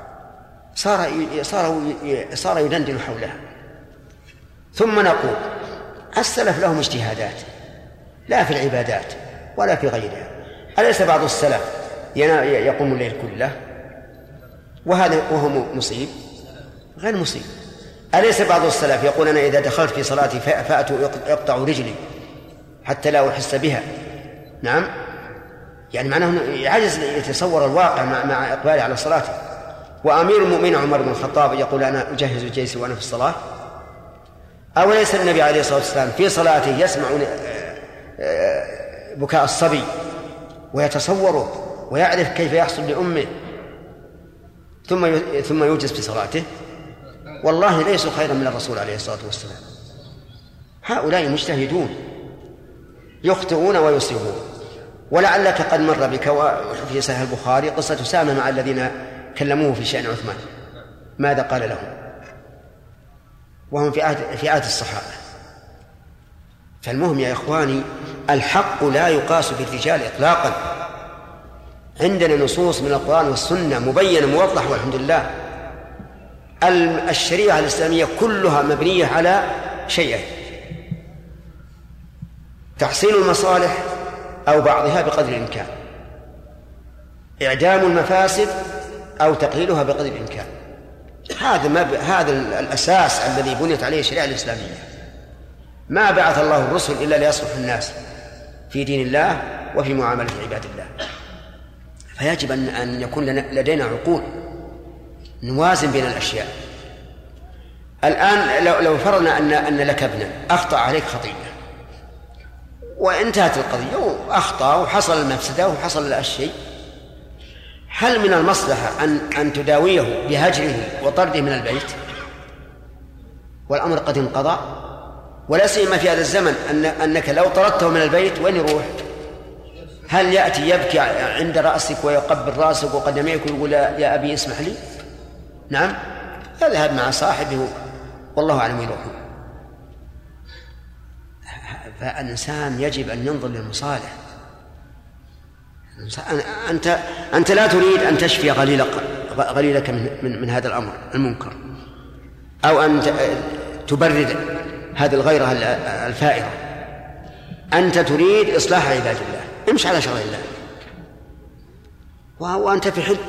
صار يدندن حولها. ثم نقول السلف لهم اجتهادات لا في العبادات ولا في غيرها. أليس بعض السلف يقوم الليل كله وهو مصيب؟ غير مصيب. أليس بعض السلف يقول أنا إذا دخلت في صلاتي فأتوا يقطع رجلي حتى لا أحس بها؟ نعم، يعني معناه يعجز يتصور الواقع مع إقبالي على صلاته. وأمير المؤمنين عمر بن الخطاب يقول أنا أجهز جيشي وأنا في الصلاة. أوليس النبي عليه الصلاة والسلام في صلاته يسمع بكاء الصبي ويتصوره ويعرف كيف يحصل لأمه ثم يوجز في صلاته؟ والله ليسوا خيرا من الرسول عليه الصلاة والسلام. هؤلاء مجتهدون يخطئون ويصيبون. ولعلك قد مر بك في صحيح البخاري قصة أسامة مع الذين كلموه في شأن عثمان، ماذا قال لهم وهم في عهد الصحابة؟ فالمهم يا إخواني الحق لا يقاس بالرجال إطلاقا. عندنا نصوص من القرآن والسنة مبينة موضح والحمد لله. الشريعة الإسلامية كلها مبنية على شيئين: تحصيل المصالح أو بعضها بقدر الإمكان، إعدام المفاسد أو تقليلها بقدر الإمكان. هذا الأساس الذي بنيت عليه الشريعة الإسلامية. ما بعث الله الرسل إلا ليصلح الناس في دين الله وفي معاملة عباد الله. فيجب أن يكون لدينا عقول نوازن بين الأشياء. الآن لو فرضنا أن لك ابنا أخطأ عليك خطيئة وانتهت القضية وأخطأ وحصل المفسدة وحصل الشيء، هل من المصلحة أن تداويه بهجره وطرده من البيت والأمر قد انقضى؟ ولا سيما في هذا الزمن أنك لو طردته من البيت وين يروح؟ هل يأتي يبكي عند رأسك ويقبل رأسك وقدميك ويقول يا أبي اسمح لي؟ نعم، يذهب مع صاحبه والله أعلم وين يروح. فالإنسان يجب أن ينظر للمصالح. أنت لا تريد أن تشفي غليلك من هذا الأمر المنكر، أو أن تبرد هذه الغيرة الفائرة. أنت تريد إصلاح عباد الله، امشي على شرع الله وأنت في حل.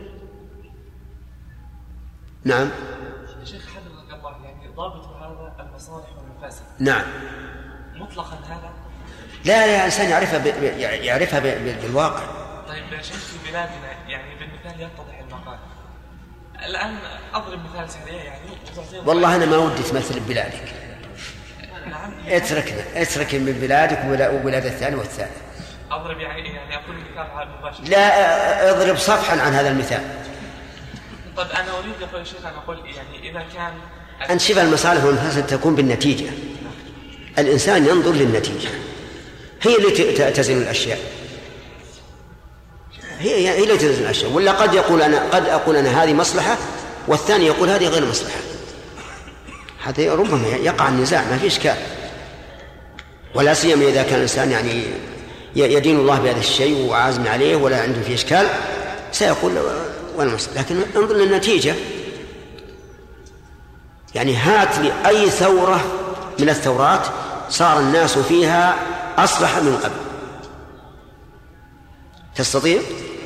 نعم شيخ حفظك الله، يعني ضابط هذا المصالح والمفاسد نعم مطلقا هذا؟ لا الإنسان يعرفها بالواقع. طيب يا شيخ في بلادنا يعني بالمثال يتضح المقال. الآن أضرب مثال سريع يعني والله أنا ما ودي تمثل ببلادك. نعم اترك من بلادك وبلاد الثاني والثالث. أضرب يعني أقول مثال على المباشر. لا اضرب صفحا عن هذا المثال. طيب أنا أريد يا شيخ أن أقول يعني إذا كان أن شبه المصالح والمفاسد تكون بالنتيجة. الإنسان ينظر للنتيجة، هي اللي تزن الأشياء، هي اللي تزن الأشياء. ولا قد أقول أنا هذه مصلحة والثاني يقول هذه غير مصلحة. هذا ربما يقع النزاع، ما في إشكال. ولا سيما إذا كان الإنسان يعني يدين الله بهذا الشيء وعازم عليه ولا عنده فيه إشكال سيقول والمصلحة. لكن انظر للنتيجة. يعني هات لي أي ثورة من الثورات صار الناس فيها أصلح من قبل، تستطيع؟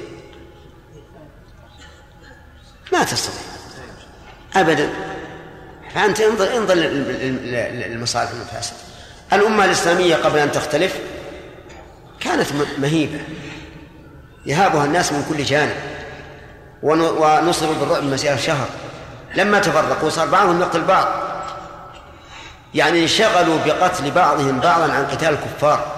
ما تستطيع أبدا. فأنت انظر للمصالح والمفاسد. الأمة الإسلامية قبل أن تختلف كانت مهيبة يهابها الناس من كل جانب، ونصروا بالرعب مسيرة شهر. لما تفرقوا صار بعضهم يقتل بعض، يعني انشغلوا بقتل بعضهم بعضا عن قتال الكفار.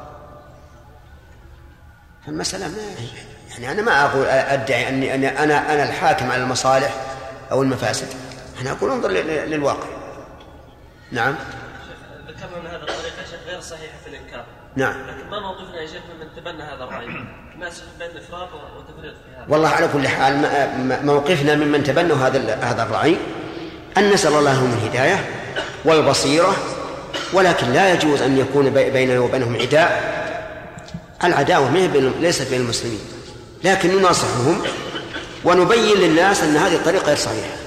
فالمسألة يعني أنا ما أقول أدعي أني أنا الحاكم على المصالح أو المفاسد، أنا أقول انظر للواقع. نعم ذكرنا أن هذا الطريقة يا شيخ غير صحيحة في الإنكار. نعم. لكن ما موقفنا يا شيخ من تبنى هذا الرأي؟ الناس بين الإفراط والتفريط في هذا. والله على كل حال موقفنا ممن تبنوا هذا الرأي أن نسأل الله لهم الهداية والبصيرة، ولكن لا يجوز أن يكون بيننا وبينهم عداء. العداوة ليست بين المسلمين، لكن نناصحهم ونبين للناس أن هذه الطريقة غير صحيحة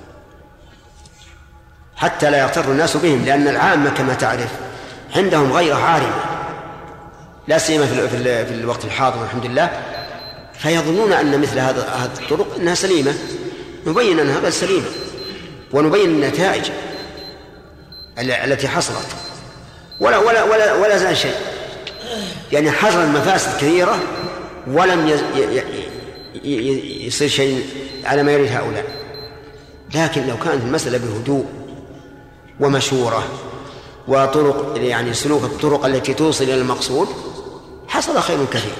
حتى لا يغتر الناس بهم، لأن العامة كما تعرف عندهم غير عارمة، لا سيما في الوقت الحاضر والحمد لله، فيظنون أن مثل هذه الطرق أنها سليمة. نبين أنها غير سليمة ونبين النتائج التي حصلت ولا زال شيء. يعني حصل المفاسد كثيرة ولم يصير شيء على ما يريد هؤلاء. لكن لو كانت المسألة بهدوء ومشورة وطرق يعني سلوك الطرق التي توصل إلى المقصود حصل خير كثير.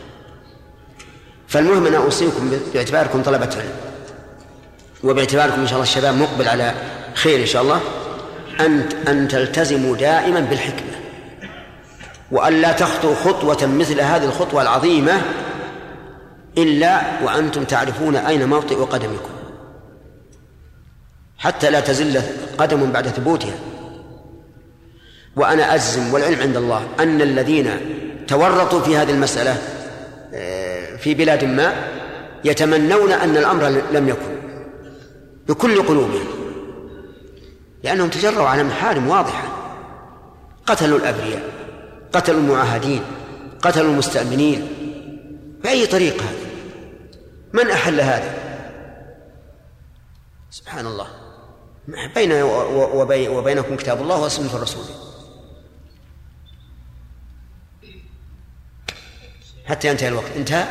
فالمهم أن أوصيكم باعتباركم طلبة علم وباعتباركم إن شاء الله الشباب مقبل على خير إن شاء الله أن تلتزموا دائما بالحكمة، وأن لا تخطوا خطوة مثل هذه الخطوة العظيمة إلا وأنتم تعرفون أين موطئ قدمكم، حتى لا تزل قدم بعد ثبوتها. وأنا أجزم والعلم عند الله أن الذين تورطوا في هذه المسألة في بلاد ما يتمنون أن الأمر لم يكن بكل قلوبهم، لأنهم تجروا على محارم واضحة، قتلوا الأبرياء، قتلوا المعاهدين، قتلوا المستأمنين. بأي طريقة هذا؟ من أحل هذا؟ سبحان الله. بين وبينكم كتاب الله وسنة الرسول. حتى ينتهي الوقت. انتهى؟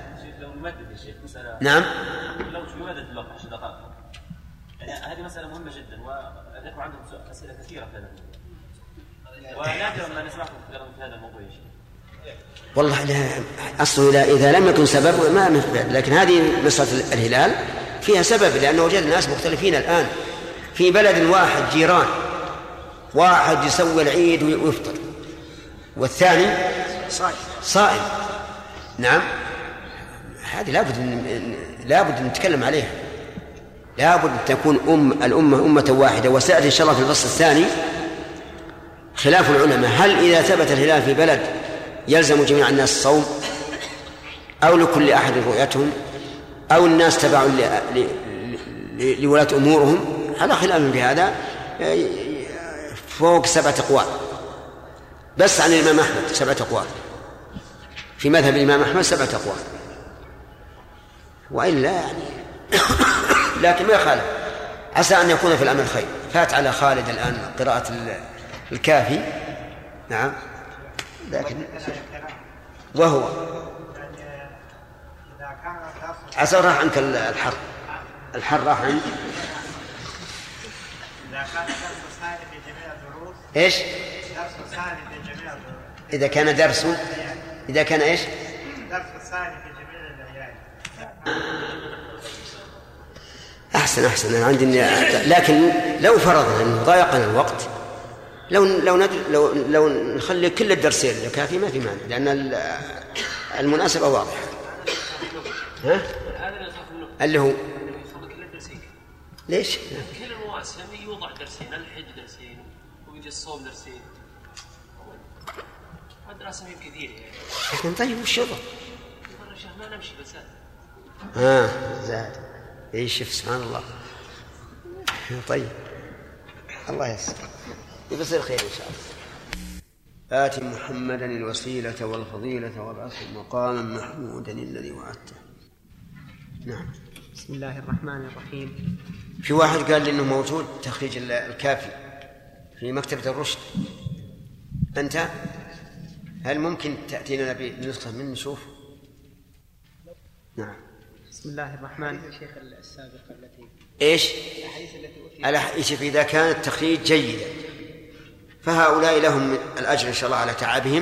نعم. لو يمدد الوقت 10 دقائق. يعني هذه مسألة مهمة جدا، ولكم عندكم أسئلة كثيرة في هذا الموضوع، ونادرا ما نسمعكم في هذا الموضوع يا شيخ. والله أصله إذا لم يكن سبب ما نفعل، لكن هذه مسألة الهلال فيها سبب، لأنه وجد الناس مختلفين الآن في بلد واحد، جيران، واحد يسوي العيد ويفطر والثاني صائم. نعم، هذه لابد نتكلم عليها، لابد أن تكون الأمة أمة واحدة. وسأتي إن شاء الله في الفصل الثاني خلاف العلماء، هل إذا ثبت الهلال في بلد يلزم جميع الناس الصوم، أو لكل أحد رؤيتهم، أو الناس تبع لولاة أمورهم؟ على خلاف بهذا فوق 7 أقوال، بس عن الإمام أحمد 7 أقوال، في مذهب الإمام أحمد 7 أقوال، وإلا يعني لكن ما يخالف، عسى أن يكون في الأمر خير. فات على خالد الآن قراءة الكافي. نعم، لكن وهو عسى راح عنك الحر راح عنك. إذا كان درس سهل في جميع الدروس. إيش؟ درس سهل في جميع الدروس. إذا كان درس، إذا كان إيش؟ درس سهل في جميع الأحيان. أحسن. أنا عندي، لكن لو فرضنا أنه ضايقنا الوقت، لو نخلي كل الدرسين الكافي ما في مانع، لأن المناسبة واضحة. ها؟ اللي هو ليش؟ كل المواسم يوضع درسين، الحج درسين ويجي الصوم درسين، مدرسة كثير يعني. لكن طيب وش يضر؟ ما نمشي بس زاد ايش سبحان الله. طيب الله يسر، يبصير خير ان شاء الله. آت محمدا الوسيلة والفضيلة وابعثه مقاما محمودا الذي وعدته. نعم. بسم الله الرحمن الرحيم. في واحد قال لي انه موجود تخريج الكافي في مكتبة الرشد، أنت هل ممكن تأتينا بنسخة من نشوف؟ نعم. بسم الله الرحمن. الشيخ السابقة التي إيش؟ الأحاديث إذا كان التخريج جيدا فهؤلاء لهم الأجر إن شاء الله على تعبهم،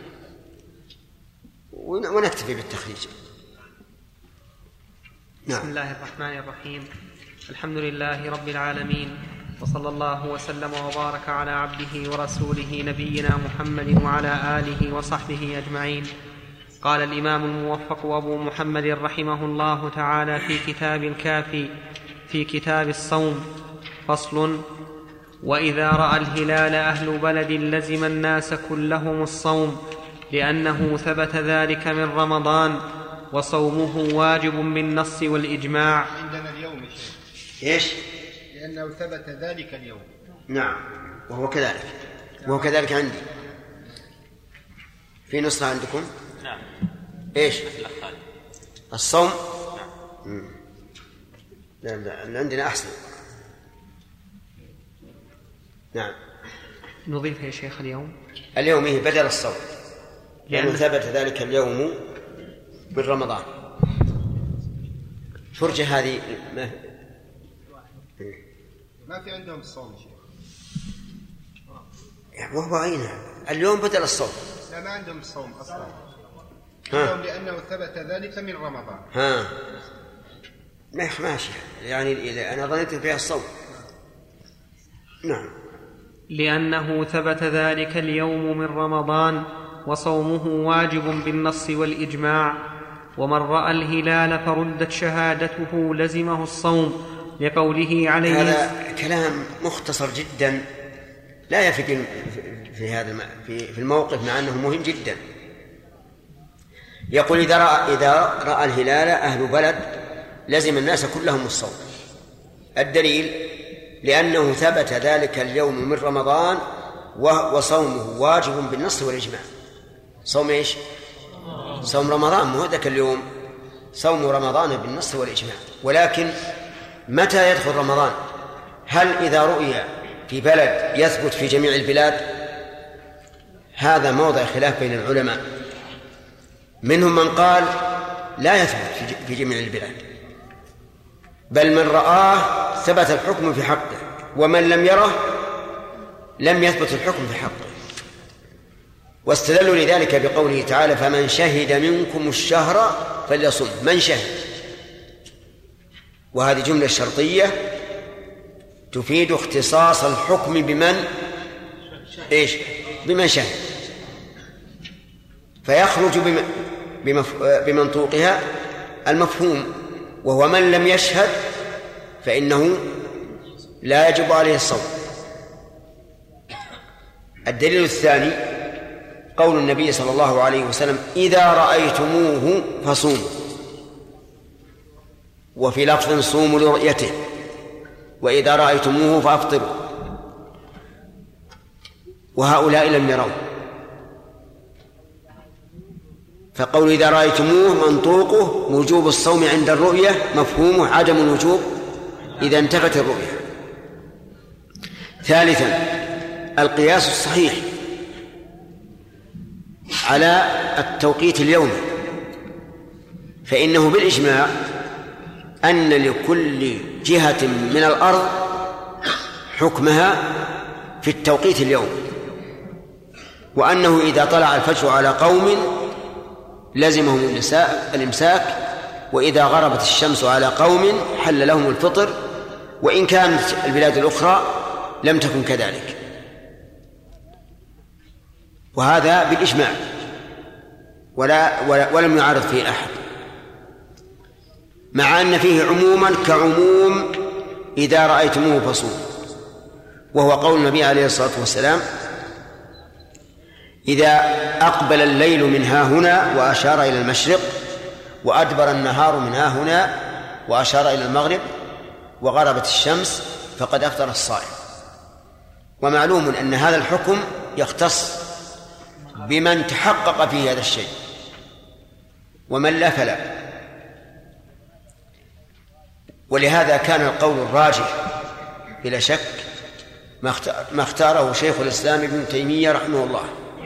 ونكتفي بالتخريج. نعم. بسم الله الرحمن الرحيم. الحمد لله رب العالمين، وصلى الله وسلم وبارك على عبده ورسوله نبينا محمد وعلى آله وصحبه أجمعين. قال الإمام الموفق أبو محمد رحمه الله تعالى في كتاب الكافي في كتاب الصوم: فصل: وإذا رأى الهلال أهل بلد لزم الناس كلهم الصوم، لأنه ثبت ذلك من رمضان، وصومه واجب بالنص والإجماع. عندنا اليوم إيش؟ لأنه ثبت ذلك اليوم. نعم، وهو كذلك عندي. في نسخة عندكم؟ نعم. إيش؟ الصوم؟ نعم. لا عندنا أحسن. نعم. نضيف يا شيخ اليوم هي بدل الصوم، لأنه ثبت ذلك اليوم من رمضان. فرجة هذه ما في عندهم الصوم شيء. وهو أين اليوم بدل الصوم؟ لا، ما عندهم الصوم أصلا اليوم، لأنه ثبت ذلك من رمضان. ماشي، يعني أنا ظننت فيها الصوم. نعم. لأنه ثبت ذلك اليوم من رمضان، وصومه واجب بالنص والإجماع. ومن رأى الهلال فردت شهادته لزمه الصوم، لقوله عليه. هذا كلام مختصر جدا لا يفيد في الموقف، مع أنه مهم جدا. يقول إذا رأى الهلال أهل بلد لزم الناس كلهم الصوم. الدليل لأنه ثبت ذلك اليوم من رمضان وصومه واجب بالنص والإجماع. صوم إيش؟ صوم رمضان، مو ذاك اليوم، صوم رمضان بالنص والإجماع. ولكن متى يدخل رمضان؟ هل إذا رؤي في بلد يثبت في جميع البلاد؟ هذا موضع خلاف بين العلماء. منهم من قال لا يثبت في جميع البلاد، بل من رآه ثبت الحكم في حقه، ومن لم يره لم يثبت الحكم في حقه. واستدلوا لذلك بقوله تعالى: فمن شهد منكم الشهر فليصم. من شهد، وهذه جملة شرطية تفيد اختصاص الحكم بمن بمن شهد، فيخرج بمنطوقها المفهوم، وهو من لم يشهد فإنه لا يجب عليه الصوم. الدليل الثاني قول النبي صلى الله عليه وسلم: إذا رأيتموه فصوموا، وفي لفظ: صوموا لرؤيته، وإذا رأيتموه فأفطروا. وهؤلاء لم يروا، فقول إذا رأيتموه منطوقه وجوب الصوم عند الرؤية، مفهومه عدم الوجوب إذا انتفت الرؤية. ثالثا القياس الصحيح على التوقيت اليومي، فإنه بالإجماع أن لكل جهة من الأرض حكمها في التوقيت اليومي، وأنه إذا طلع الفجر على قوم لزمهم الإمساك، وإذا غربت الشمس على قوم حل لهم الفطر، وإن كانت البلاد الأخرى لم تكن كذلك. وهذا بالإجماع ولم يعارض فيه أحد، مع أن فيه عموما كعموم إذا رأيتموه فصوموا، وهو قول النبي عليه الصلاة والسلام: إذا أقبل الليل من ها هنا وأشار إلى المشرق، وأدبر النهار من ها هنا وأشار إلى المغرب، وغربت الشمس، فقد أفطر الصائم. ومعلوم أن هذا الحكم يختص بمن تحقق فيه هذا الشيء، ومن لا فلا. ولهذا كان القول الراجح بلا شك ما اختاره شيخ الإسلام ابن تيمية رحمه الله،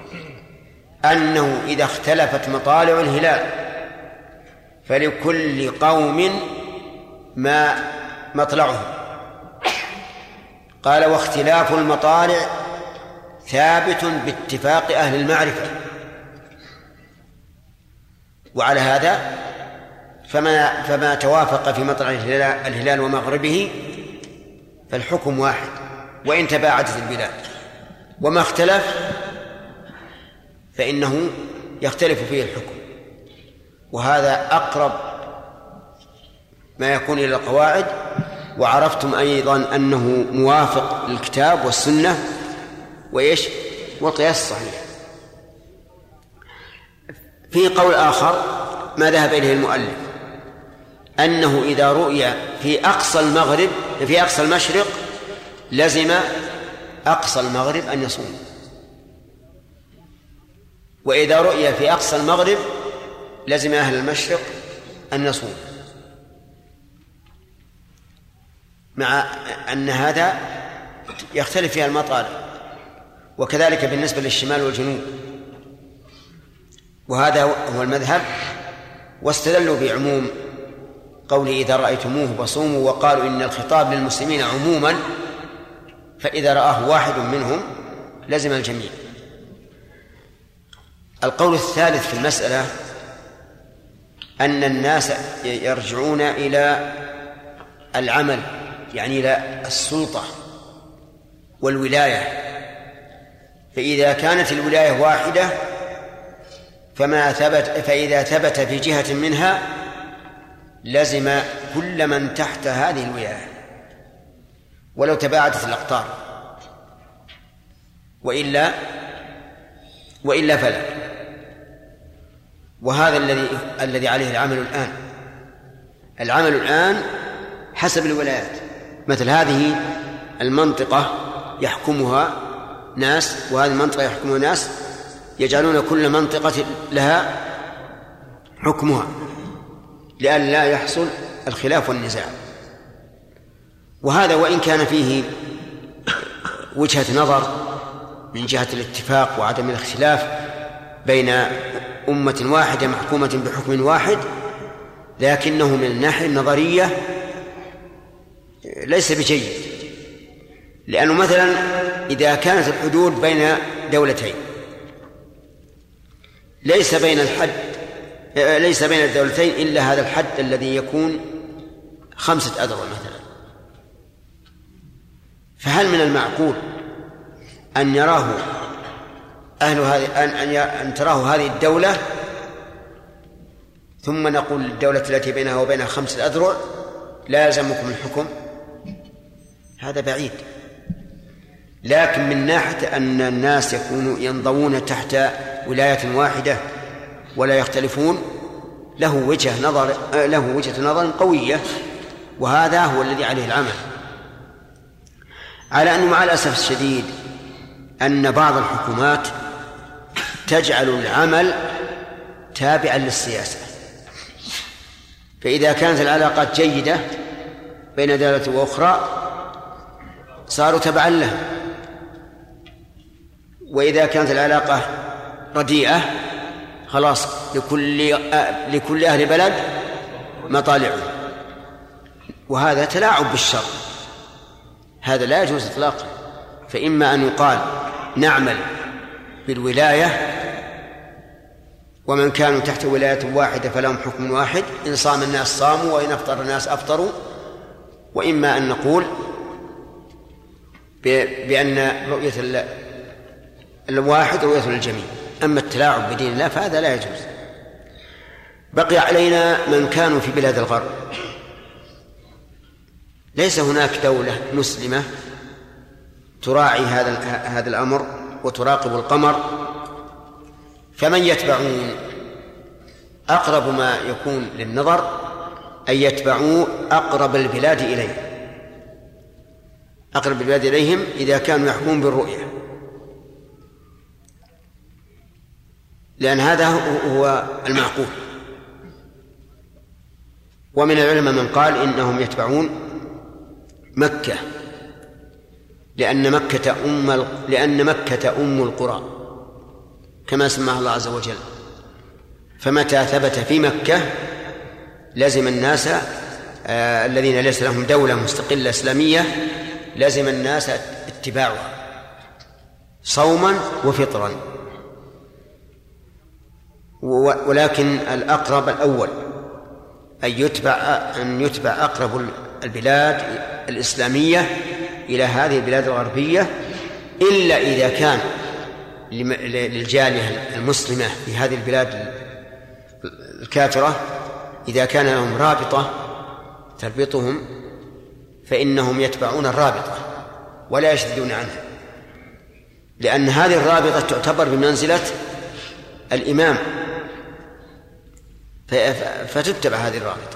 أنه إذا اختلفت مطالع الهلال فلكل قوم ما مطلعه. قال: واختلاف المطالع ثابت باتفاق أهل المعرفة. وعلى هذا فما توافق في مطلع الهلال ومغربه فالحكم واحد وإن تباعدت البلاد، وما اختلف فإنه يختلف فيه الحكم. وهذا أقرب ما يكون إلى القواعد. وعرفتم أيضا أنه موافق للكتاب والسنة والقياس الصحيح. في قول آخر ما ذهب إليه المؤلف، أنه إذا رؤي في أقصى المغرب في أقصى المشرق لزم أقصى المغرب أن يصوم، وإذا رؤي في أقصى المغرب لزم أهل المشرق أن يصوم، مع أن هذا يختلف فيها المطالع. وكذلك بالنسبة للشمال والجنوب، وهذا هو المذهب. واستدلوا بعموم قول إذا رأيتموه فصوموا، وقالوا إن الخطاب للمسلمين عموما، فإذا رآه واحد منهم لزم الجميع. القول الثالث في المسألة أن الناس يرجعون إلى العمل، يعني إلى السلطة والولاية. فإذا كانت الولاية واحدة فإذا ثبت في جهة منها لزم كل من تحت هذه الولاية ولو تباعدت الأقطار، وإلا وإلا فلا. وهذا الذي عليه العمل الآن حسب الولايات. مثل هذه المنطقة يحكمها ناس وهذه المنطقة يحكمها ناس، يجعلون كل منطقة لها حكمها لئلا يحصل الخلاف والنزاع. وهذا وإن كان فيه وجهة نظر من جهة الاتفاق وعدم الاختلاف بين أمة واحدة محكومة بحكم واحد، لكنه من الناحية النظرية ليس بجيد. لأنه مثلا إذا كانت الحدود بين دولتين ليس بين الدولتين إلا هذا الحد الذي يكون 5 أذرع مثلا، فهل من المعقول أن يراه أهل أن تراه هذه الدولة ثم نقول للدولة التي بينها وبينها 5 أذرع لا يلزمكم الحكم؟ هذا بعيد. لكن من ناحية أن الناس يكونوا ينضوون تحت ولاية واحدة ولا يختلفون له وجهة نظر قوية، وهذا هو الذي عليه العمل. على أنه مع الأسف الشديد أن بعض الحكومات تجعل العمل تابعا للسياسة، فإذا كانت العلاقات جيدة بين دولة وأخرى صاروا تبعا لها، وإذا كانت العلاقة رديئة خلاص لكل أهل بلد مطالعه. وهذا تلاعب بالشر، هذا لا يجوز إطلاقا. فإما أن يقال نعمل بالولاية ومن كانوا تحت ولاية واحدة فلهم حكم واحد، إن صام الناس صاموا وإن أفطر الناس أفطروا. وإما أن نقول بأن رؤية الواحد رؤية للجميع. أما التلاعب بدين الله فهذا لا يجوز. بقي علينا من كانوا في بلاد الغرب، ليس هناك دولة مسلمة تراعي هذا الأمر وتراقب القمر، فمن يتبعون أقرب ما يكون للنظر أن يتبعوا أقرب البلاد إليهم إذا كانوا يحكمون بالرؤية، لأن هذا هو المعقول. ومن العلماء من قال إنهم يتبعون مكة لأن مكة أم القرى كما سماها الله عز وجل، فمتى ثبت في مكة لازم الناس الذين ليس لهم دولة مستقلة إسلامية لازم الناس اتباعها صوما وفطرا. ولكن الأقرب الأول أن يتبع أقرب البلاد الإسلامية إلى هذه البلاد الغربية، إلا إذا كان للجالية المسلمة في هذه البلاد الكافرة إذا كان لهم رابطة تربطهم فإنهم يتبعون الرابطة ولا يشدون عنها، لأن هذه الرابطة تعتبر بمنزلة الإمام، فتتبع هذه الرابطة.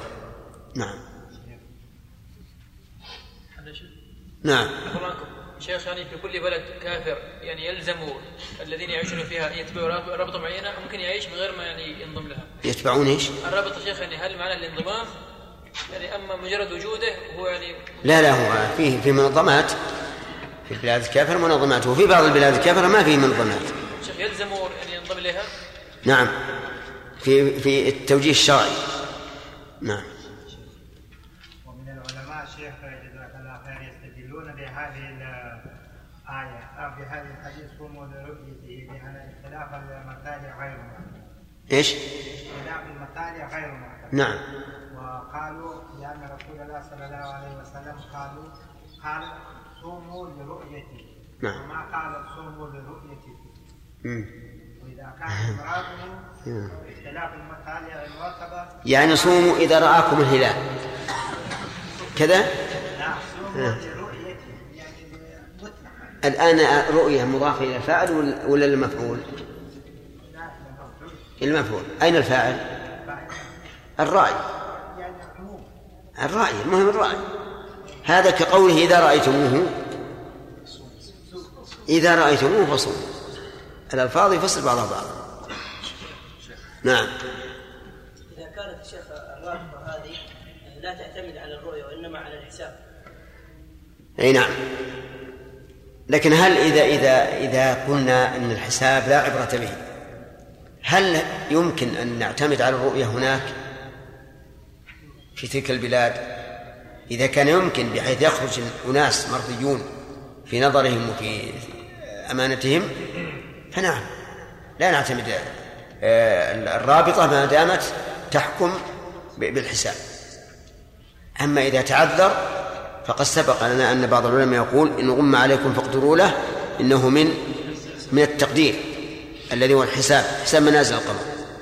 نعم. شيخ، يعني في كل بلد كافر يعني يلزم الذين يعيشون فيها يتبعوا رابطة معينة، ممكن يعيش من غير ما يعني ينضم لها؟ يتبعون ايش؟ الرابطة شيخ، يعني هل معنى الانضمام يعني أما مجرد وجوده هو يعني؟ لا هو في منظمات في البلاد الكافرة منظمات، وفي بعض البلاد الكافرة ما فيه منظمات. شيخ يلزم أن ينضم إليها؟ نعم، في التوجيه الشرعي. نعم. ومن العلماء شيخ جزاك الله خير يستدلون بهذه الآية أو بهذا الحديث قوموا لرؤيته بأن اختلاف المطالع غير معتبر. إيش؟ اختلاف المطالع غير معتبر. نعم. وقالوا لأن رسول الله صلى الله عليه وسلم قال صوموا لرؤيته. نعم. وما قال صوموا لرؤيته. وإذا كان مراده اختلاف المطالع المعتبر يعني صوموا إذا رآكم الهلال كذا؟ لا، صوموا لرؤيته يعني مطلقا. الآن رؤية مضافة إلى الفاعل ولا المفعول؟ المفعول. أين الفاعل؟ الراعي. الراعي، المهم الراعي. هذا كقوله إذا رأيتموه فصوموا. الألفاظ يفصل بعضها بعضا. نعم. إذا كانت الشيخ الرابطة هذه لا تعتمد على الرؤية وإنما على الحساب. أي نعم. لكن هل إذا قلنا أن الحساب لا عبرة به، هل يمكن أن نعتمد على الرؤية هناك في تلك البلاد؟ إذا كان يمكن بحيث يخرج أناس مرضيون في نظرهم وفي أمانتهم فنعم لا نعتمد الرابطة ما دامت تحكم بالحساب. أما إذا تعذر فقد سبق لنا أن بعض العلماء يقول إن غم عليكم فاقدروا له، إنه من التقدير الذي هو الحساب، حساب منازل القمر.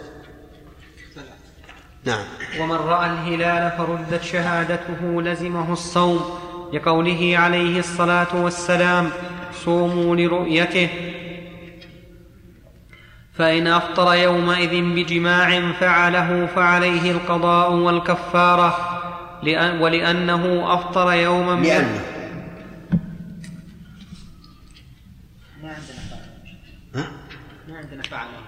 نعم. ومن رأى الهلال فردت شهادته لزمه الصوم، لقوله عليه الصلاة والسلام: صوموا لرؤيته. فإن أفطر يومئذ بجماع فعله فعليه القضاء والكفارة، ولأنه أفطر يوما ما عندنا فعله.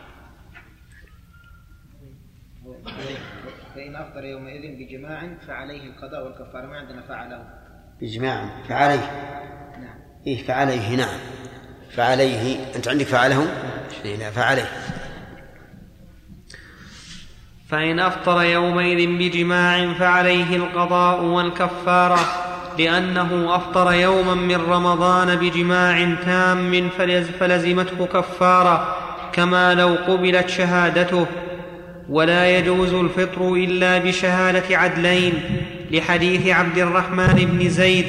فإن أفطر يومئذ بجماع فعليه القضاء والكفارة، ما عندنا فعله. بجماع فعليه. نعم. إيه فعليه. نعم فعليه. أنت عندك فعله؟ لا فعليه. فإن أفطر يومئذ بجماع فعليه القضاء والكفارة، لأنه أفطر يوما من رمضان بجماع تام فلزمته كفارة، كما لو قبلت شهادته. ولا يجوز الفطر إلا بشهادة عدلين، لحديث عبد الرحمن بن زيد.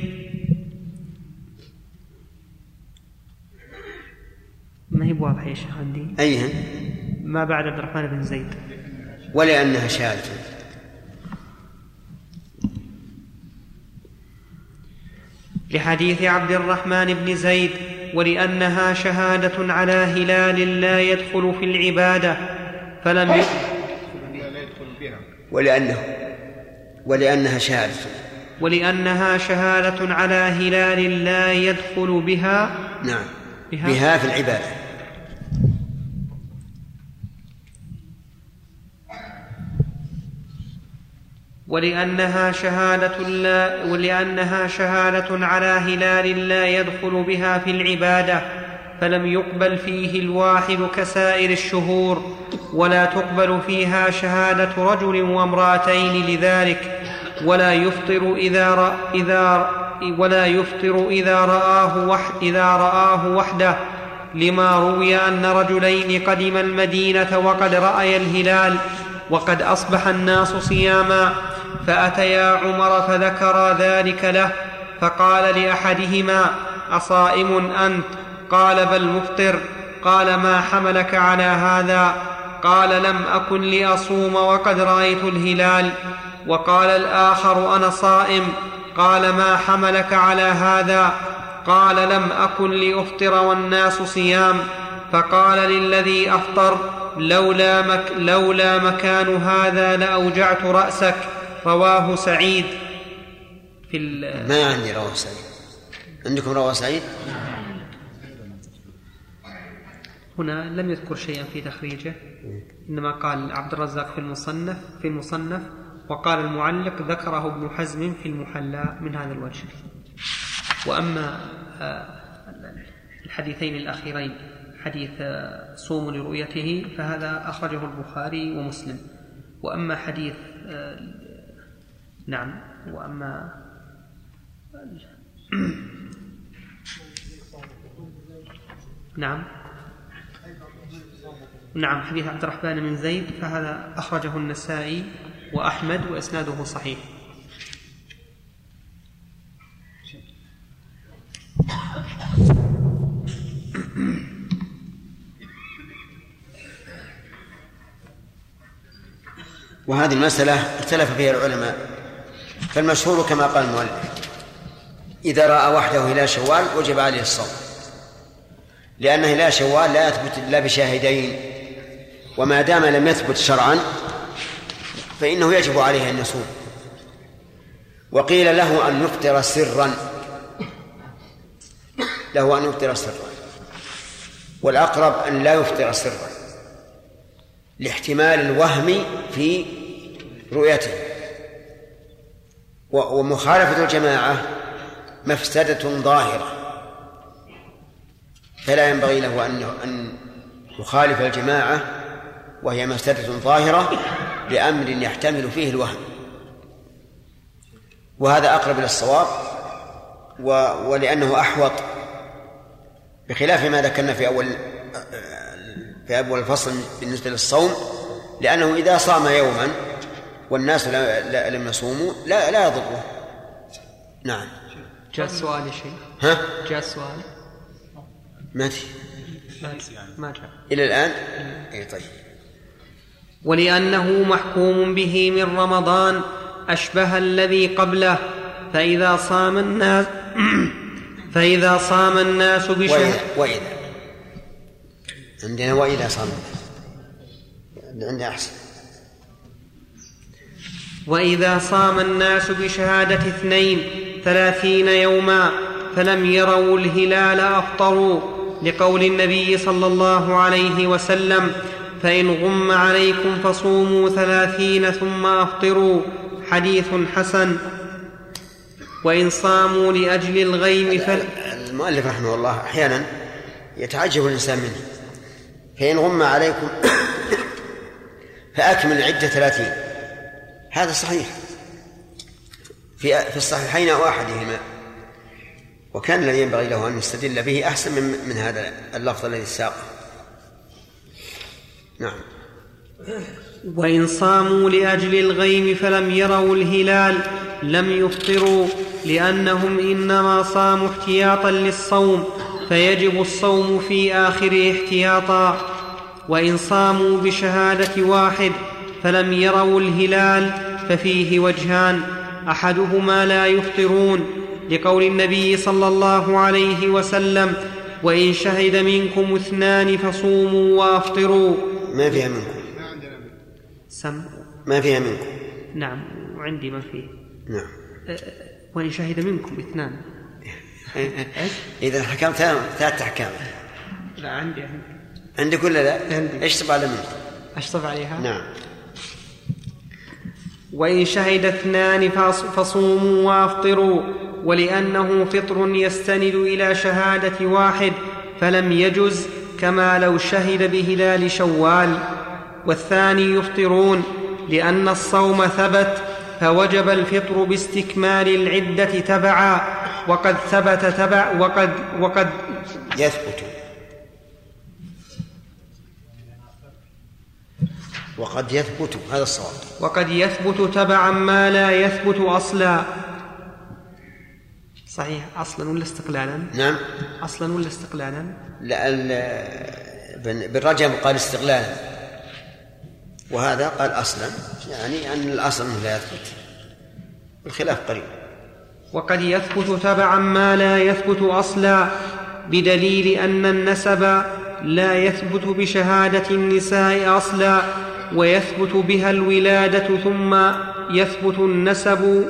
ما هي واضحة يا شيخ عندي. أيها ما بعد عبد الرحمن بن زيد. ولأنها شهادة. لحديث عبد الرحمن بن زيد: ولأنها شهادة على هلال لا يدخل في العبادة فلم يدخل بها. ولأنها شهادة على هلال لا يدخل بها. نعم. بها في العبادة. ولأنها شهادة على هلال لا يدخل بها في العبادة فلم يقبل فيه الواحد كسائر الشهور، ولا تقبل فيها شهادة رجل وامرأتين لذلك، ولا يفطر إذا رآه وحده، لما روي أن رجلين قدم المدينة وقد رأيا الهلال وقد أصبح الناس صياما، فأتيا عمر فذكرا ذلك له، فقال لأحدهما: أصائم أنت؟ قال: بل مفطر. قال: ما حملك على هذا؟ قال: لم أكن لأصوم وقد رأيت الهلال. وقال الآخر: أنا صائم. قال: ما حملك على هذا؟ قال: لم أكن لأفطر والناس صيام. فقال للذي أفطر: لولا مكان هذا لأوجعت رأسك. رواه سعيد. ما عندي رواه سعيد. عندكم رواه سعيد؟ هنا لم يذكر شيئا في تخريجه، إنما قال عبد الرزاق في المصنف وقال المعلق ذكره ابن حزم في المحلى من هذا الوجه. وأما الحديثين الأخيرين، حديث صوموا لرؤيته فهذا أخرجه البخاري ومسلم. وأما حديث نعم وأما نعم حديث عبد الرحمن بن زيد فهذا أخرجه النسائي وأحمد وإسناده صحيح. وهذه المسألة اختلف فيها العلماء، فالمشهور كما قال المؤلف: إذا رأى وحده هلال شوال وجب عليه الصوم، لأن هلال شوال لا يثبت إلا بشاهدين، وما دام لم يثبت شرعا فإنه يجب عليه أن يصوم. وقيل له أن يفطر سرا، له أن يفطر سرا، والأقرب أن لا يفطر سرا لاحتمال الوهم في رؤيته. ومخالفة الجماعة مفسدة ظاهرة، فلا ينبغي له أن يخالف الجماعة وهي مفسدة ظاهرة لأمر يحتمل فيه الوهم، وهذا أقرب إلى الصواب ولأنه أحوط، بخلاف ما ذكرنا في أول الفصل بالنسبة للصوم، لأنه إذا صام يوما والناس لم يصوموا لا يضره. نعم. جاء السؤال يا شيخ. ها؟ جاء السؤال. ما جاء إلى الآن. إيه طيب. ولأنه محكوم به من رمضان أشبه الذي قبله، فإذا صام الناس بشهر. عندنا وإذا صام عندنا أحسن. وإذا صام الناس بشهادة 32 يوما فلم يروا الهلال أفطروا، لقول النبي صلى الله عليه وسلم: فإن غم عليكم فصوموا 30 ثم أفطروا، حديث حسن. وإن صاموا لأجل الغيم المؤلف رحمه الله أحيانا يتعجب الإنسان منه. فإن غم عليكم فأكمل عدة 30، هذا صحيح في الصحيحين أو أحدهما، وكان الذي ينبغي له أن يستدل به أحسن من هذا اللفظ الذي ساق. نعم. وإن صاموا لأجل الغيم فلم يروا الهلال لم يفطروا، لأنهم إنما صاموا احتياطا للصوم، فيجب الصوم في آخره احتياطا. وإن صاموا بشهادة واحد فلم يروا الهلال ففيه وجهان: أحدهما لا يفطرون، لقول النبي صلى الله عليه وسلم: وإن شهد منكم 2 فصوموا وأفطروا. ما فيها منكم. ما فيها منكم. نعم، وعندي ما فيه. نعم. وإن شهد منكم 2. إذا حكم 3 أحكام. لا عندي. عندك ولا لا؟ عندي. اشطب على منكم. أشطب عليها. نعم. وإن شهد 2 فصوموا وأفطروا، ولأنه فطر يستند إلى شهادة واحد فلم يجز، كما لو شهد بهلال شوال. والثاني يفطرون لأن الصوم ثبت، فوجب الفطر باستكمال العدة تبعا، وقد ثبت تبع وقد يثبت وقد يثبت، هذا الصواب. وقد يثبت تبعا ما لا يثبت أصلا. صحيح. أصلا ولا استقلالا؟ نعم. أصلا ولا استقلالا؟ لا، بالرجم قال استقلالا، وهذا قال أصلا، يعني أن الأصل لا يثبت، الخلاف قريب. وقد يثبت تبعا ما لا يثبت أصلا، بدليل أن النسب لا يثبت بشهادة النساء أصلا، ويثبت بها الولادة، ثم يثبت النسب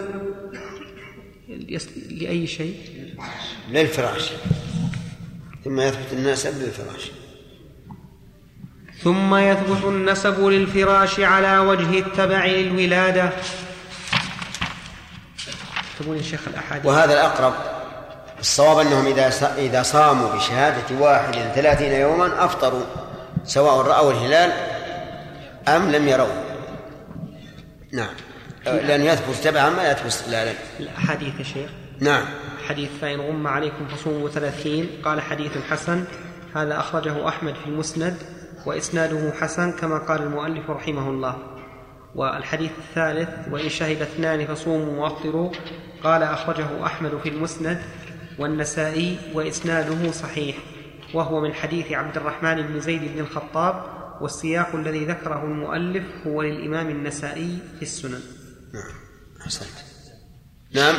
لأي شيء؟ للفراش. ثم يثبت النسب للفراش. ثم يثبت النسب للفراش على وجه التبع للولادة. تقول يا شيخ الأحاديث. وهذا الأقرب. الصواب أنهم إذا صاموا بشهادة واحد 30 يوما أفطروا، سواء رأوا الهلال أم لم يروا. نعم. لأن يثبت تبعا ما يثبت استقلالا. الأحاديث يا شيخ. نعم. حديث فإن غم عليكم فصوموا 30 قال حديث حسن، هذا أخرجه أحمد في المسند وإسناده حسن كما قال المؤلف رحمه الله. والحديث الثالث وإن شهد 2 فصوموا وأفطروا قال أخرجه أحمد في المسند والنسائي وإسناده صحيح، وهو من حديث عبد الرحمن بن زيد بن الخطاب، والسياق الذي ذكره المؤلف هو للإمام النسائي في السنن. نعم. أحسنت. نعم.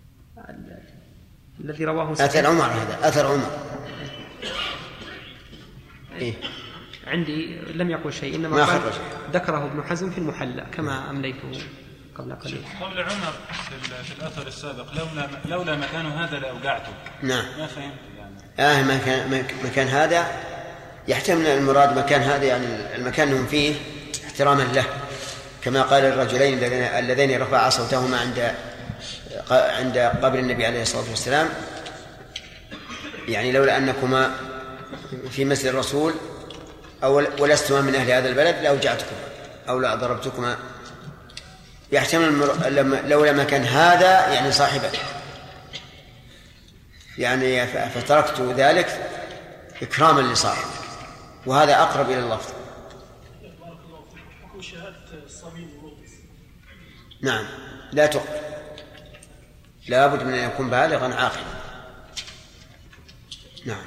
الذي رواه أثر عمر، هذا أثر عمر. إيه؟ عندي لم يقل شيء، إنما قال ذكره ابن حزم في المحلى كما أمليته قبل قليل. قول عمر في الأثر السابق لولا مكان هذا لأوقعته. نعم. ما فهمت يعني. مكان هذا يحتمل المراد مكان هذا يعني المكان هم فيه احتراما له، كما قال الرجلين اللذين رفعا صوتهما عند قبر النبي عليه الصلاة والسلام، يعني لولا أنكما في مسجد الرسول أو ولستما من أهل هذا البلد لأوجعتكما أو لأضربتكما. يحتمل لولا مكان هذا يعني صاحبه، يعني فتركت ذلك إكراما لصاحبه، وهذا أقرب إلى اللفظ. نعم لا تقبل، لا بد من أن يكون بالغا عاقلا. نعم.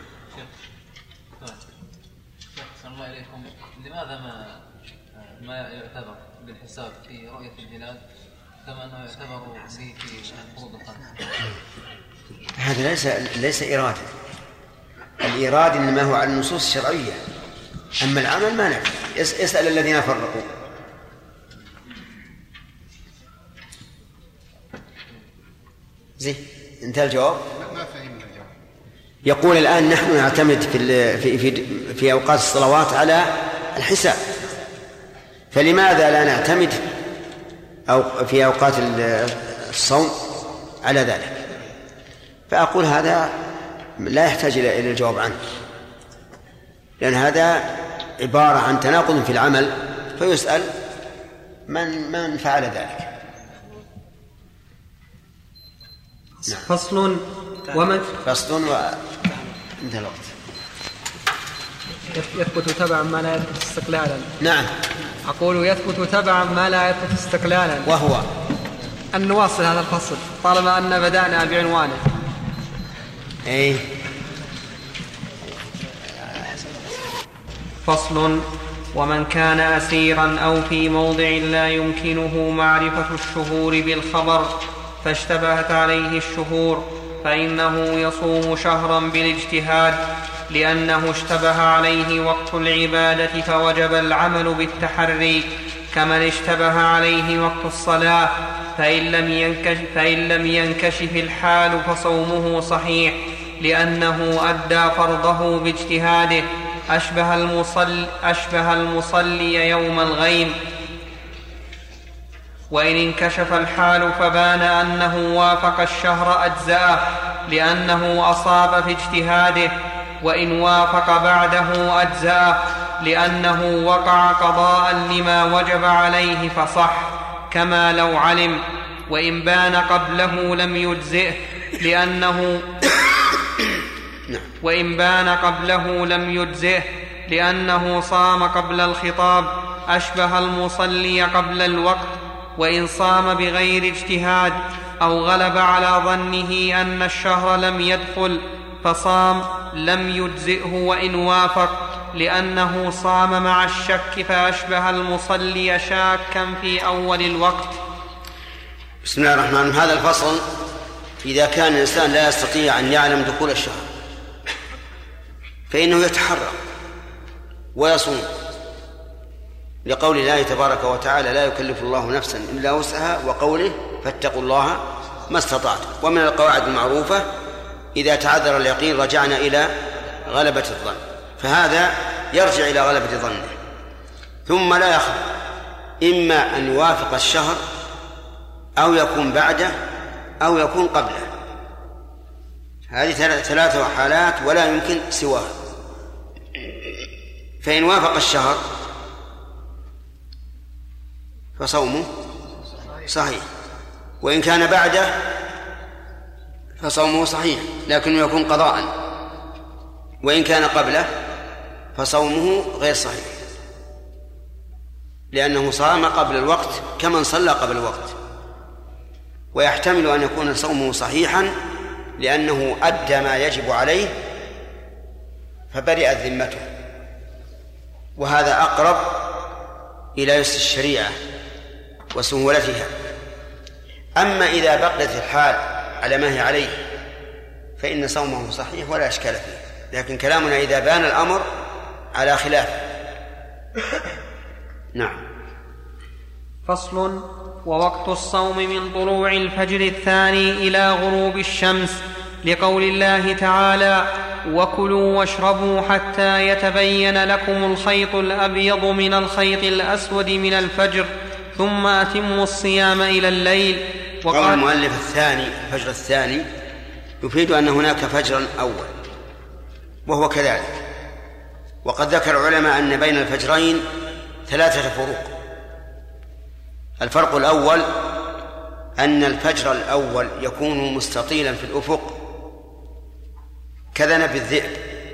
أحسن الله إليكم، لماذا ما يعتبر بالحساب في رؤية الهلال كما أنه يعتبر به في الفروض الخمس؟ هذا ليس إرادة. الإرادة إنما هو على النصوص الشرعية، أما العمل ما نعرف. اسأل الذين فرقوا. زين انتهى الجواب. ما فهمنا الجواب. يقول الآن نحن نعتمد في أوقات الصلوات على الحساب، فلماذا لا نعتمد أو في أوقات الصوم على ذلك؟ فأقول هذا لا يحتاج إلى الجواب عنه، لأن هذا عبارة عن تناقض في العمل، فيسأل من فعل ذلك. نعم. فصل انتهى الوقت. يثبت تبعا ما لا يثبت استقلالا. نعم. أقول يثبت تبعا ما لا يثبت استقلالا، وهو أن نواصل هذا الفصل طالما أن بدأنا بعنوانه. أي. فصل. ومن كان أسيرا أو في موضع لا يمكنه معرفة الشهور بالخبر فاشتبهت عليه الشهور فإنه يصوم شهرا بالاجتهاد، لأنه اشتبه عليه وقت العبادة فوجب العمل بالتحري، كمن اشتبه عليه وقت الصلاة فإن لم ينكشف الحال فصومه صحيح، لأنه أدى فرضه باجتهاده، أشبه المصلي يوم الغيم. وإن انكشف الحال فبان أنه وافق الشهر أجزأه، لأنه أصاب في اجتهاده، وإن وافق بعده أجزأه، لأنه وقع قضاء لما وجب عليه فصح، كما لو علم. وإن بان قبله لم يجزئه، لأنه صام قبل الخطاب، أشبه المصلي قبل الوقت. وإن صام بغير اجتهاد أو غلب على ظنه أن الشهر لم يدخل فصام لم يجزئه وإن وافق، لأنه صام مع الشك فأشبه المصلي شاكا في أول الوقت. بسم الله الرحمن الرحيم. هذا الفصل إذا كان الإنسان لا يستطيع أن يعلم دخول الشهر فإنه يتحرى ويصوم، لقول الله تبارك وتعالى: لا يكلف الله نفسا إلا وسعها، وقوله: فاتقوا الله ما استطعتم. ومن القواعد المعروفة: إذا تعذر اليقين رجعنا إلى غلبة الظن، فهذا يرجع إلى غلبة ظنه. ثم لا يخلو إما أن يوافق الشهر أو يكون بعده أو يكون قبله. هذه ثلاثة حالات ولا يمكن سواها. فإن وافق الشهر فصومه صحيح، وإن كان بعده فصومه صحيح لكنه يكون قضاء، وإن كان قبله فصومه غير صحيح، لأنه صام قبل الوقت كمن صلى قبل الوقت. ويحتمل أن يكون صومه صحيحا لأنه أدى ما يجب عليه فبرئت ذمته، وهذا أقرب إلى يسر الشريعة وسهولتها. أما إذا بقيت الحال على ما هي عليه فإن صومه صحيح ولا إشكال فيه. لكن كلامنا إذا بان الأمر على خلاف. نعم. فصل. ووقت الصوم من طلوع الفجر الثاني إلى غروب الشمس، لقول الله تعالى: وكلوا واشربوا حتى يتبين لكم الخيط الأبيض من الخيط الأسود من الفجر ثم أتموا الصيام إلى الليل. قول المؤلف الثاني، الفجر الثاني، يفيد أن هناك فجرا أول، وهو كذلك. وقد ذكر العلماء أن بين الفجرين 3 فروق. الفرق الأول أن الفجر الأول يكون مستطيلا في الأفق كذنب الذئب،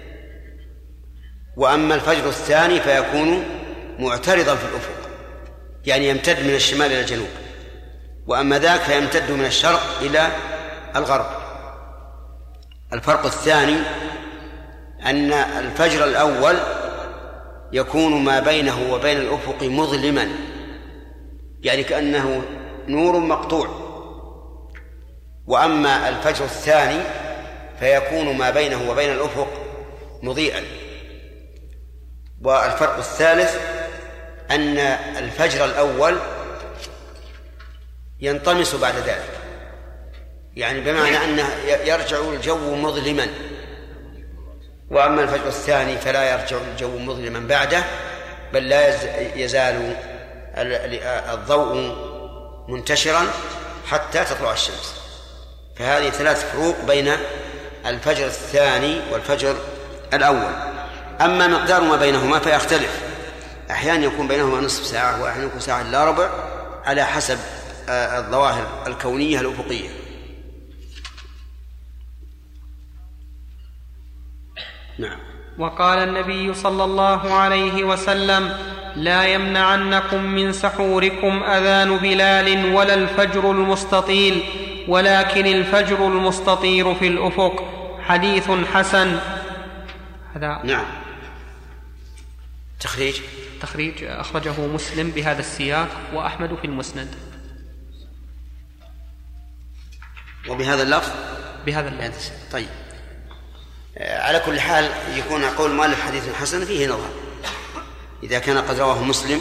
وأما الفجر الثاني فيكون معترضا في الأفق، يعني يمتد من الشمال إلى الجنوب، وأما ذاك فيمتد من الشرق إلى الغرب. الفرق الثاني أن الفجر الأول يكون ما بينه وبين الأفق مظلما، يعني كأنه نور مقطوع، وأما الفجر الثاني فيكون ما بينه وبين الأفق مضيئا. والفرق الثالث أن الفجر الأول ينطمس بعد ذلك، يعني بمعنى أنه يرجع الجو مظلما، وأما الفجر الثاني فلا يرجع الجو مظلما بعده، بل لا يزال الضوء منتشرا حتى تطلع الشمس. فهذه 3 فروق بين الفجر الثاني والفجر الأول. أما مقدار ما بينهما فيختلف، أحيانا يكون بينهما نصف ساعة، وأحيانا يكون ساعة إلا ربع، على حسب الظواهر الكونية الأفقية. نعم. وقال النبي صلى الله عليه وسلم: لا يمنعنكم من سحوركم أذان بلال ولا الفجر المستطيل، ولكن الفجر المستطير في الأفق. حديث حسن. هذا نعم. تخريج أخرجه مسلم بهذا السياق، وأحمد في المسند وبهذا اللفظ. بهذا اللفظ. طيب، على كل حال يكون قول مؤلف حديث حسن فيه نظر إذا كان قد رواه مسلم.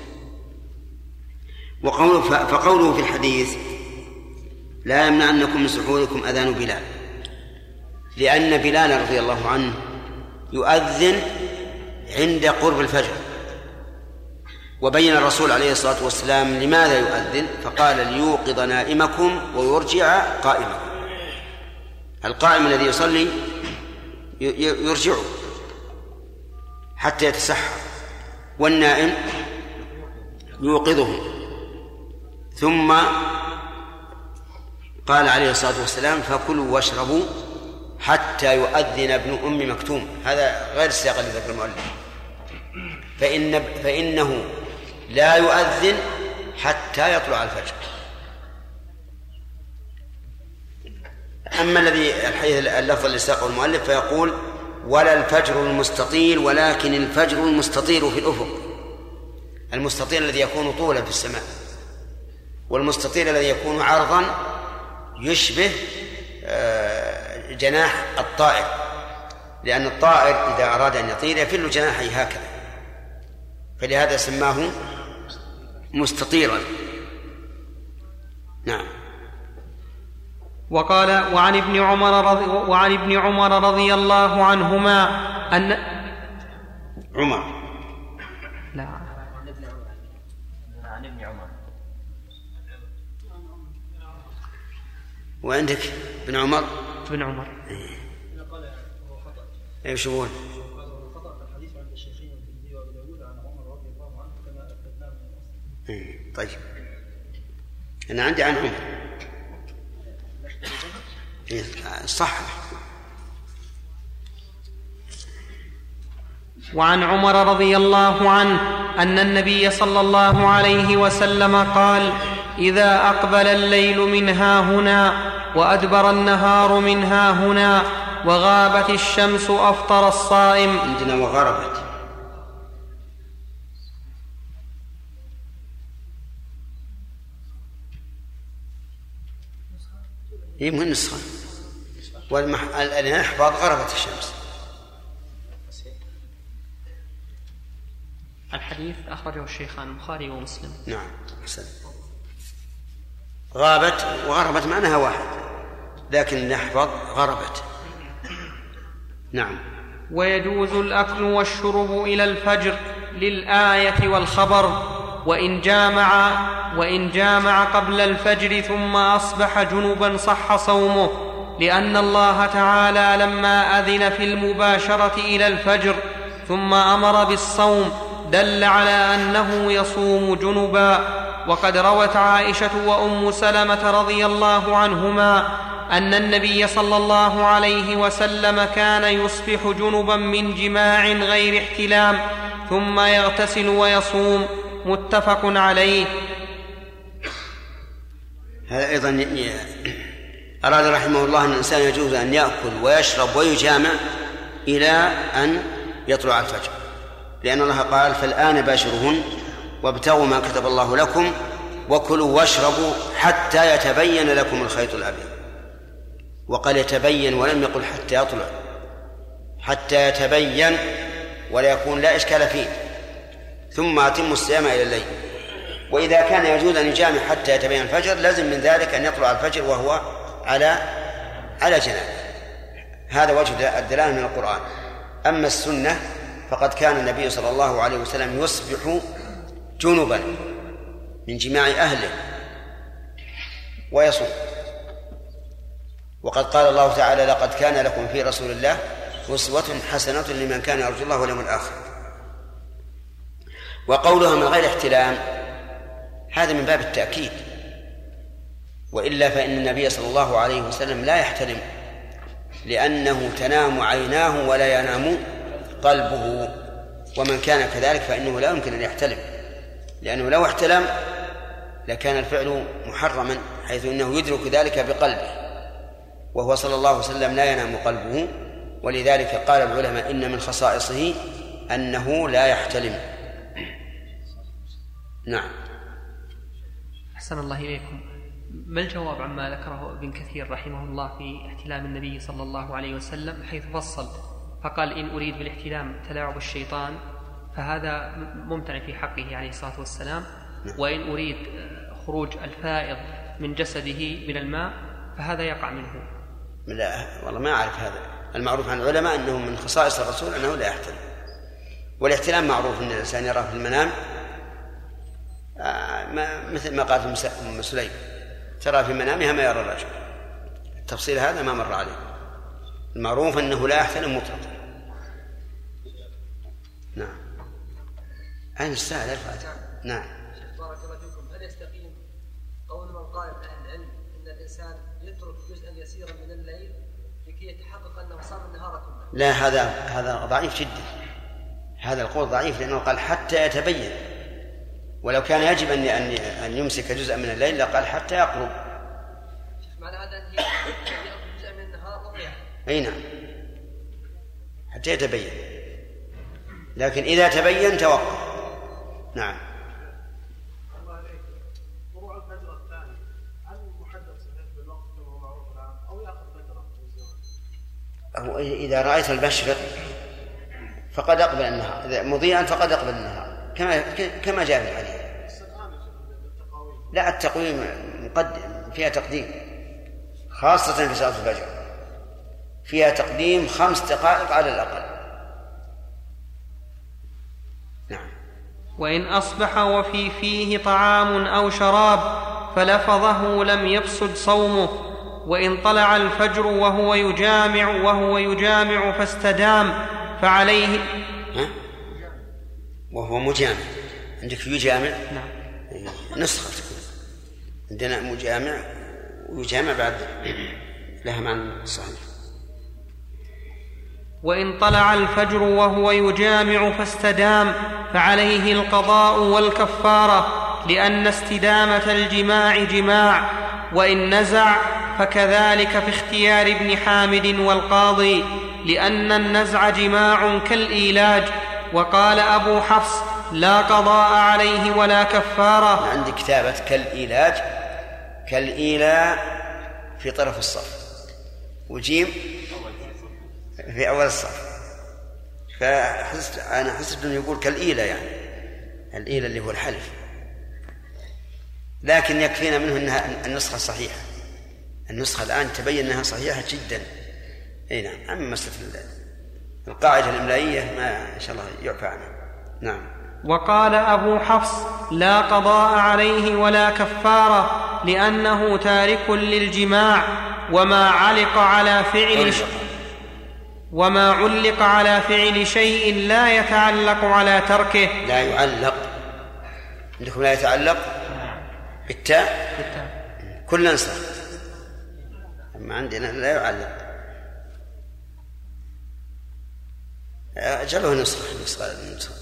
فقوله في الحديث: لا يمنعنكم من سحوركم أذان بلال، لأن بلال رضي الله عنه يؤذن عند قرب الفجر، وبين الرسول عليه الصلاة والسلام لماذا يؤذن، فقال: ليوقظ نائمكم ويرجع قائمكم. القائم الذي يصلي يرجعه حتى يتسحر، والنائم يوقظه. ثم قال عليه الصلاة والسلام: فكلوا واشربوا حتى يؤذن ابن أم مكتوم. هذا غير السياق الذي ذكر المؤلف، فإنه لا يؤذن حتى يطلع الفجر. أما الحديث اللفظ اللي ساقه المؤلف فيقول: ولا الفجر المستطيل، ولكن الفجر المستطير في الأفق. المستطيل الذي يكون طولا في السماء، والمستطيل الذي يكون عرضا يشبه جناح الطائر، لأن الطائر إذا أراد أن يطير يفل جناحه هكذا، فلهذا سماه مستطيرا. نعم. وقال: وعن ابن عمر رضي الله عنهما أن عمر لا عن ابن عمر. وعندك ابن عمر. ايش يشوفون؟ طيب، انا عندي عن عمر صح. وعن عمر رضي الله عنه أن النبي صلى الله عليه وسلم قال: إذا أقبل الليل من ها هنا وأدبر النهار من ها هنا وغابت الشمس أفطر الصائم. عندنا وغربت. هي مو النسخة، والإحفاظ غربت الشمس. الحديث أخرجه الشيخان البخاري ومسلم. نعم أحسن. غابت وغربت معناها واحد، لكن نحفظ غربت. نعم. ويجوز الأكل والشرب إلى الفجر للآية والخبر، وإن جامع قبل الفجر ثم أصبح جنبا صح صومه، لأن الله تعالى لما أذن في المباشرة إلى الفجر ثم أمر بالصوم دل على أنه يصوم جنبا. وقد روت عائشة وأم سلمة رضي الله عنهما أن النبي صلى الله عليه وسلم كان يصبح جنبا من جماع غير احتلام ثم يغتسل ويصوم، متفق عليه. هذا أيضا أراد رحمه الله أن الإنسان يجوز أن يأكل ويشرب ويجامع إلى أن يطلع الفجر، لأن الله قال فالآن باشرهن وابتغوا ما كتب الله لكم وكلوا واشربوا حتى يتبين لكم الخيط الأبيض. وقال يتبين ولم يقل حتى يطلع، حتى يتبين ولا يكون لا إشكال فيه، ثم أتموا الصيام إلى الليل. وإذا كان يجوز أن يجامع حتى يتبين الفجر لازم من ذلك أن يطلع الفجر وهو على جناب. هذا وجه الدلالة من القرآن. أما السنة فقد كان النبي صلى الله عليه وسلم يصبح جنبا من جماع أهله ويصوم. وقد قال الله تعالى لقد كان لكم في رسول الله أسوة حسنة لمن كان يرجو الله واليوم الآخر. وقولها من غير احتلام هذا من باب التأكيد، وإلا فإن النبي صلى الله عليه وسلم لا يحتلم، لأنه تنام عيناه ولا ينام قلبه، ومن كان كذلك فإنه لا يمكن أن يحتلم، لأنه لو احتلم لكان الفعل محرما، حيث أنه يدرك ذلك بقلبه، وهو صلى الله عليه وسلم لا ينام قلبه. ولذلك قال العلماء إن من خصائصه أنه لا يحتلم. نعم. أحسن الله إليكم. ما الجواب عما ذكره ابن كثير رحمه الله في احتلام النبي صلى الله عليه وسلم، حيث فصل فقال إن أريد بالاحتلام تلاعب الشيطان فهذا ممتنع في حقه عليه الصلاة والسلام، وإن أريد خروج الفائض من جسده من الماء فهذا يقع منه. لا والله ما أعرف هذا. المعروف عن العلماء أنه من خصائص الرسول أنه لا يحتلم، والاحتلام معروف أن الإنسان يراه في المنام، مثل ما قالت أم سليم ترى في منامها ما يرى الرجل. التفصيل هذا ما مر عليه. المعروف أنه لا يحتلم مطلقا. نعم. أين السائل الفاتح؟ نعم. بارك الله فيكم. هل يستقيم قول من قال من أهل العلم أن الإنسان يترك جزءا يسيرا من الليل لكي يتحقق أنه صام النهار كله؟ لا، هذا ضعيف جدا. هذا القول ضعيف، لأنه قال حتى يتبين، ولو كان يجب أن يمسك جزءا من الليل لقال حتى يقرب. معنى هذا أن يأخذ جزء من النهار مضيع. أي نعم، حتى يتبين، لكن إذا تبين توقف. نعم. الله عليك. طلوع الفجر الثاني هل محدد صحيح بالوقت كما هو معروف الآن أو يأخذ فترة؟ أو إذا رأيت المشرق فقد أقبل النهار، مضيئا فقد أقبل النهار، كما جاء في الحديث. لا، التقويم مقدم، فيها تقديم، خاصة في صلاة الفجر فيها تقديم 5 دقائق على الأقل. نعم. وإن أصبح وفي فيه طعام أو شراب فلفظه لم يفسد صومه. وإن طلع الفجر وهو يجامع فاستدام فعليه. وهو مجامع، عندك يجامع؟ نعم. نسخة عندنا مجامع ويجامع بعد لها معنى صحيح. وإن طلع الفجر وهو يجامع فاستدام فعليه القضاء والكفارة، لأن استدامة الجماع جماع. وإن نزع فكذلك في اختيار ابن حامد والقاضي، لأن النزع جماع كالإيلاج. وقال أبو حفص لا قضاء عليه ولا كفارة. عندي كتابة كالإيلاج، كالإيلاء في طرف الصف، وجيم في أول الصف، أنا حسست أنه يقول كالإيلة يعني، الإيلة اللي هو الحلف، لكن يكفينا منه أنها النسخة صحيحة. النسخة الآن تبين أنها صحيحة جدا. أي نعم. أما مسألة القاعدة الإملائية ما إن شاء الله يعفى عنها. نعم. وقال أبو حفص: لا قضاء عليه ولا كفارة، لأنه تارك للجماع، وما علق على فعل شيء لا يتعلق على تركه. لا يعلق عندكم، لا يتعلق بالتاء كل نسخ، أما عندنا لا يعلق. أجله نسخة.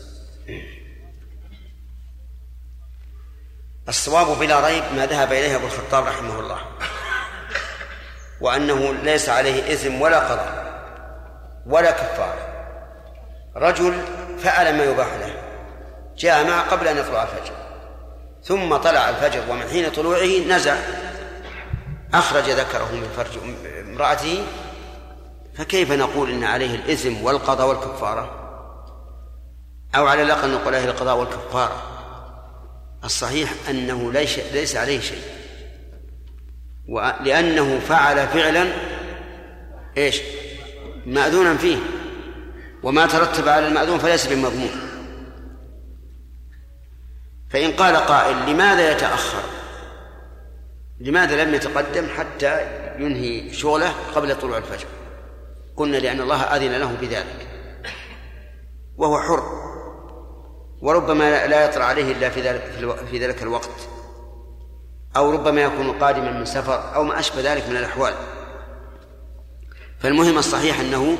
الصواب بلا ريب ما ذهب إليه أبو الخطاب رحمه الله، وأنه ليس عليه إثم ولا قضاء ولا كفارة. رجل فعل ما يباح له، جامع قبل أن يطلع الفجر، ثم طلع الفجر ومن حين طلوعه نزع، أخرج ذكره من فرج امرأته، فكيف نقول إن عليه الإثم والقضاء والكفارة؟ أو على الأقل نقول عليه القضاء والكفارة. الصحيح أنه ليس عليه شيء، لأنه فعل فعلا مأذونا فيه، وما ترتب على المأذون فليس بمضمون. فإن قال قائل: لماذا يتأخر؟ لماذا لم يتقدم حتى ينهي شغله قبل طلوع الفجر؟ قلنا: لأن الله أذن له بذلك، وهو حر، وربما لا يطلع عليه إلا في ذلك الوقت، أو ربما يكون قادما من سفر أو ما أشبه ذلك من الأحوال. فالمهم الصحيح أنه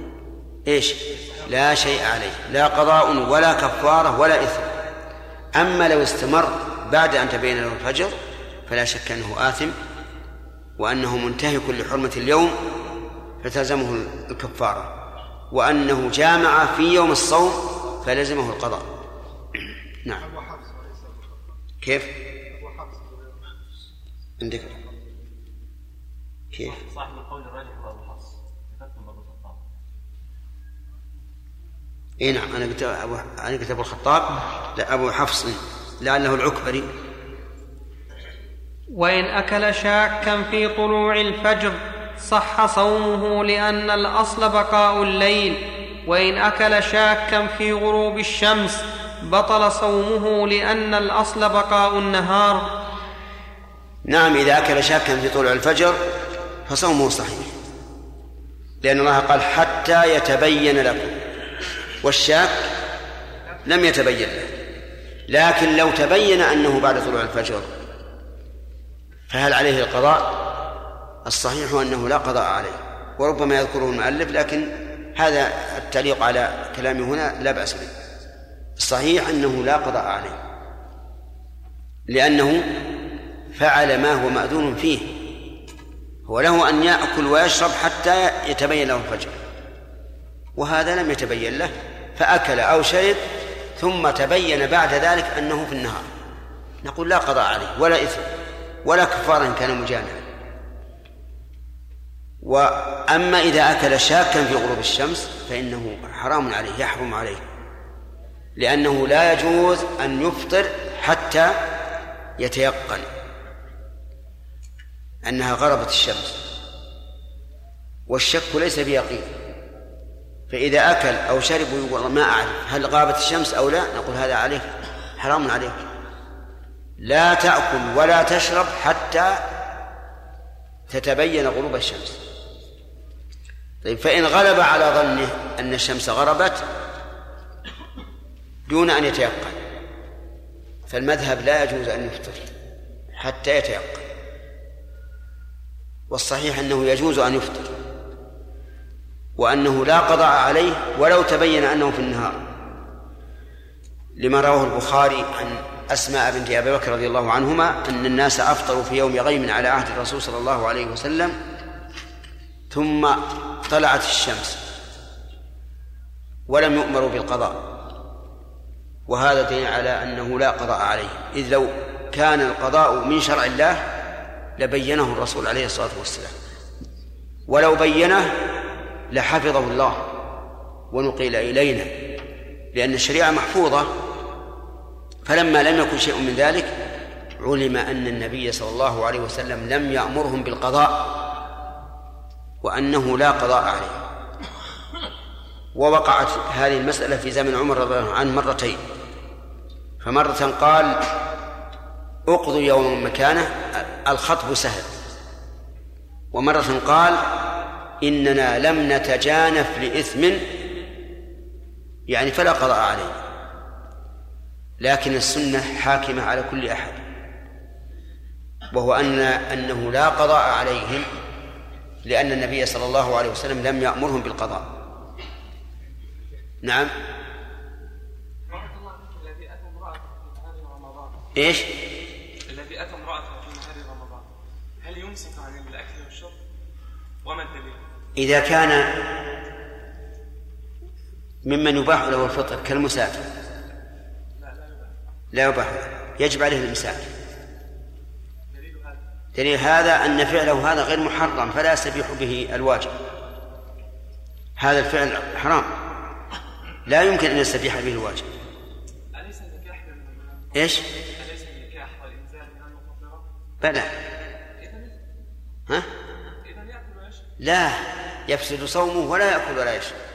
لا شيء عليه، لا قضاء ولا كفارة ولا إثم. أما لو استمر بعد أن تبين له الفجر فلا شك أنه آثم، وأنه منتهك لحرمة اليوم فتلزمه الكفارة، وأنه جامع في يوم الصوم فلزمه القضاء. نعم. كيف؟ عندك كيف؟ صاحب القول الراجح هو أبو حفص. اي نعم. أنا قلت أبو الخطاب، لا أبو حفص لعله العكبري. وإن أكل شاكا في طلوع الفجر صح صومه، لأن الأصل بقاء الليل. وإن أكل شاكا في غروب الشمس بطل صومه، لأن الأصل بقاء النهار. نعم. إذا أكل شاكا في طلوع الفجر فصومه صحيح، لأن الله قال: حتى يتبين لكم، والشاك لم يتبين له. لكن لو تبين أنه بعد طلوع الفجر فهل عليه القضاء؟ الصحيح أنه لا قضاء عليه، وربما يذكره المؤلف، لكن هذا التعليق على كلامي هنا لا بأس به. الصحيح أنه لا قضاء عليه، لأنه فعل ما هو مأذون فيه. هو له أن يأكل ويشرب حتى يتبين له الفجر، وهذا لم يتبين له، فأكل أو شرب ثم تبين بعد ذلك أنه في النهار، نقول لا قضاء عليه ولا إثم ولا كفارة إن كان مجانعا. وأما إذا أكل شاكا في غروب الشمس فإنه حرام عليه، يحرم عليه، لأنه لا يجوز أن يفطر حتى يتيقن أنها غربت الشمس، والشك ليس بيقين. فإذا أكل أو شرب ويقول ما أعرف هل غابت الشمس أو لا، نقول هذا عليك حرام عليك، لا تأكل ولا تشرب حتى تتبين غروب الشمس. طيب، فإن غلب على ظنه أن الشمس غربت دون أن يتيقن، فالمذهب لا يجوز أن يفطر حتى يتيقن، والصحيح أنه يجوز أن يفطر، وأنه لا قضاء عليه ولو تبين أنه في النهار، لما رواه البخاري عن أسماء بنت أبي بكر رضي الله عنهما أن الناس أفطروا في يوم غيم على عهد الرسول صلى الله عليه وسلم، ثم طلعت الشمس ولم يؤمروا بالقضاء، وهذا دليل على أنه لا قضاء عليه، إذ لو كان القضاء من شرع الله لبينه الرسول عليه الصلاة والسلام، ولو بينه لحفظه الله ونقل إلينا، لأن الشريعة محفوظة فلما لم يكن شيء من ذلك علم أن النبي صلى الله عليه وسلم لم يأمرهم بالقضاء وأنه لا قضاء عليه. ووقعت هذه المسألة في زمن عمر رضي الله عنه مرتين، فمرة قال اقضوا يوم مكانه الخطب سهل، ومرة قال إننا لم نتجانف لإثم يعني فلا قضاء عليه. لكن السنة حاكمة على كل أحد، وهو أنه لا قضاء عليهم لأن النبي صلى الله عليه وسلم لم يأمرهم بالقضاء. نعم. إيش؟ الذي أتى امرأة في نهار رمضان هل يمسك عن الأكل والشرب؟ وما الدليل؟ إذا كان ممن يباح له الفطر كالمسافر لا يباح، يجب عليه الإمساك. دليل هذا أن فعله هذا غير محرم فلا يستبيح به الواجب، هذا الفعل حرام لا يمكن أن يستبيح به الواجب. أليس النكاح إيش؟ أليس النكاح والإنزال من المفطرات؟ بلى. ها؟ لا، يفسد صومه ولا يأكل ولا يشرب.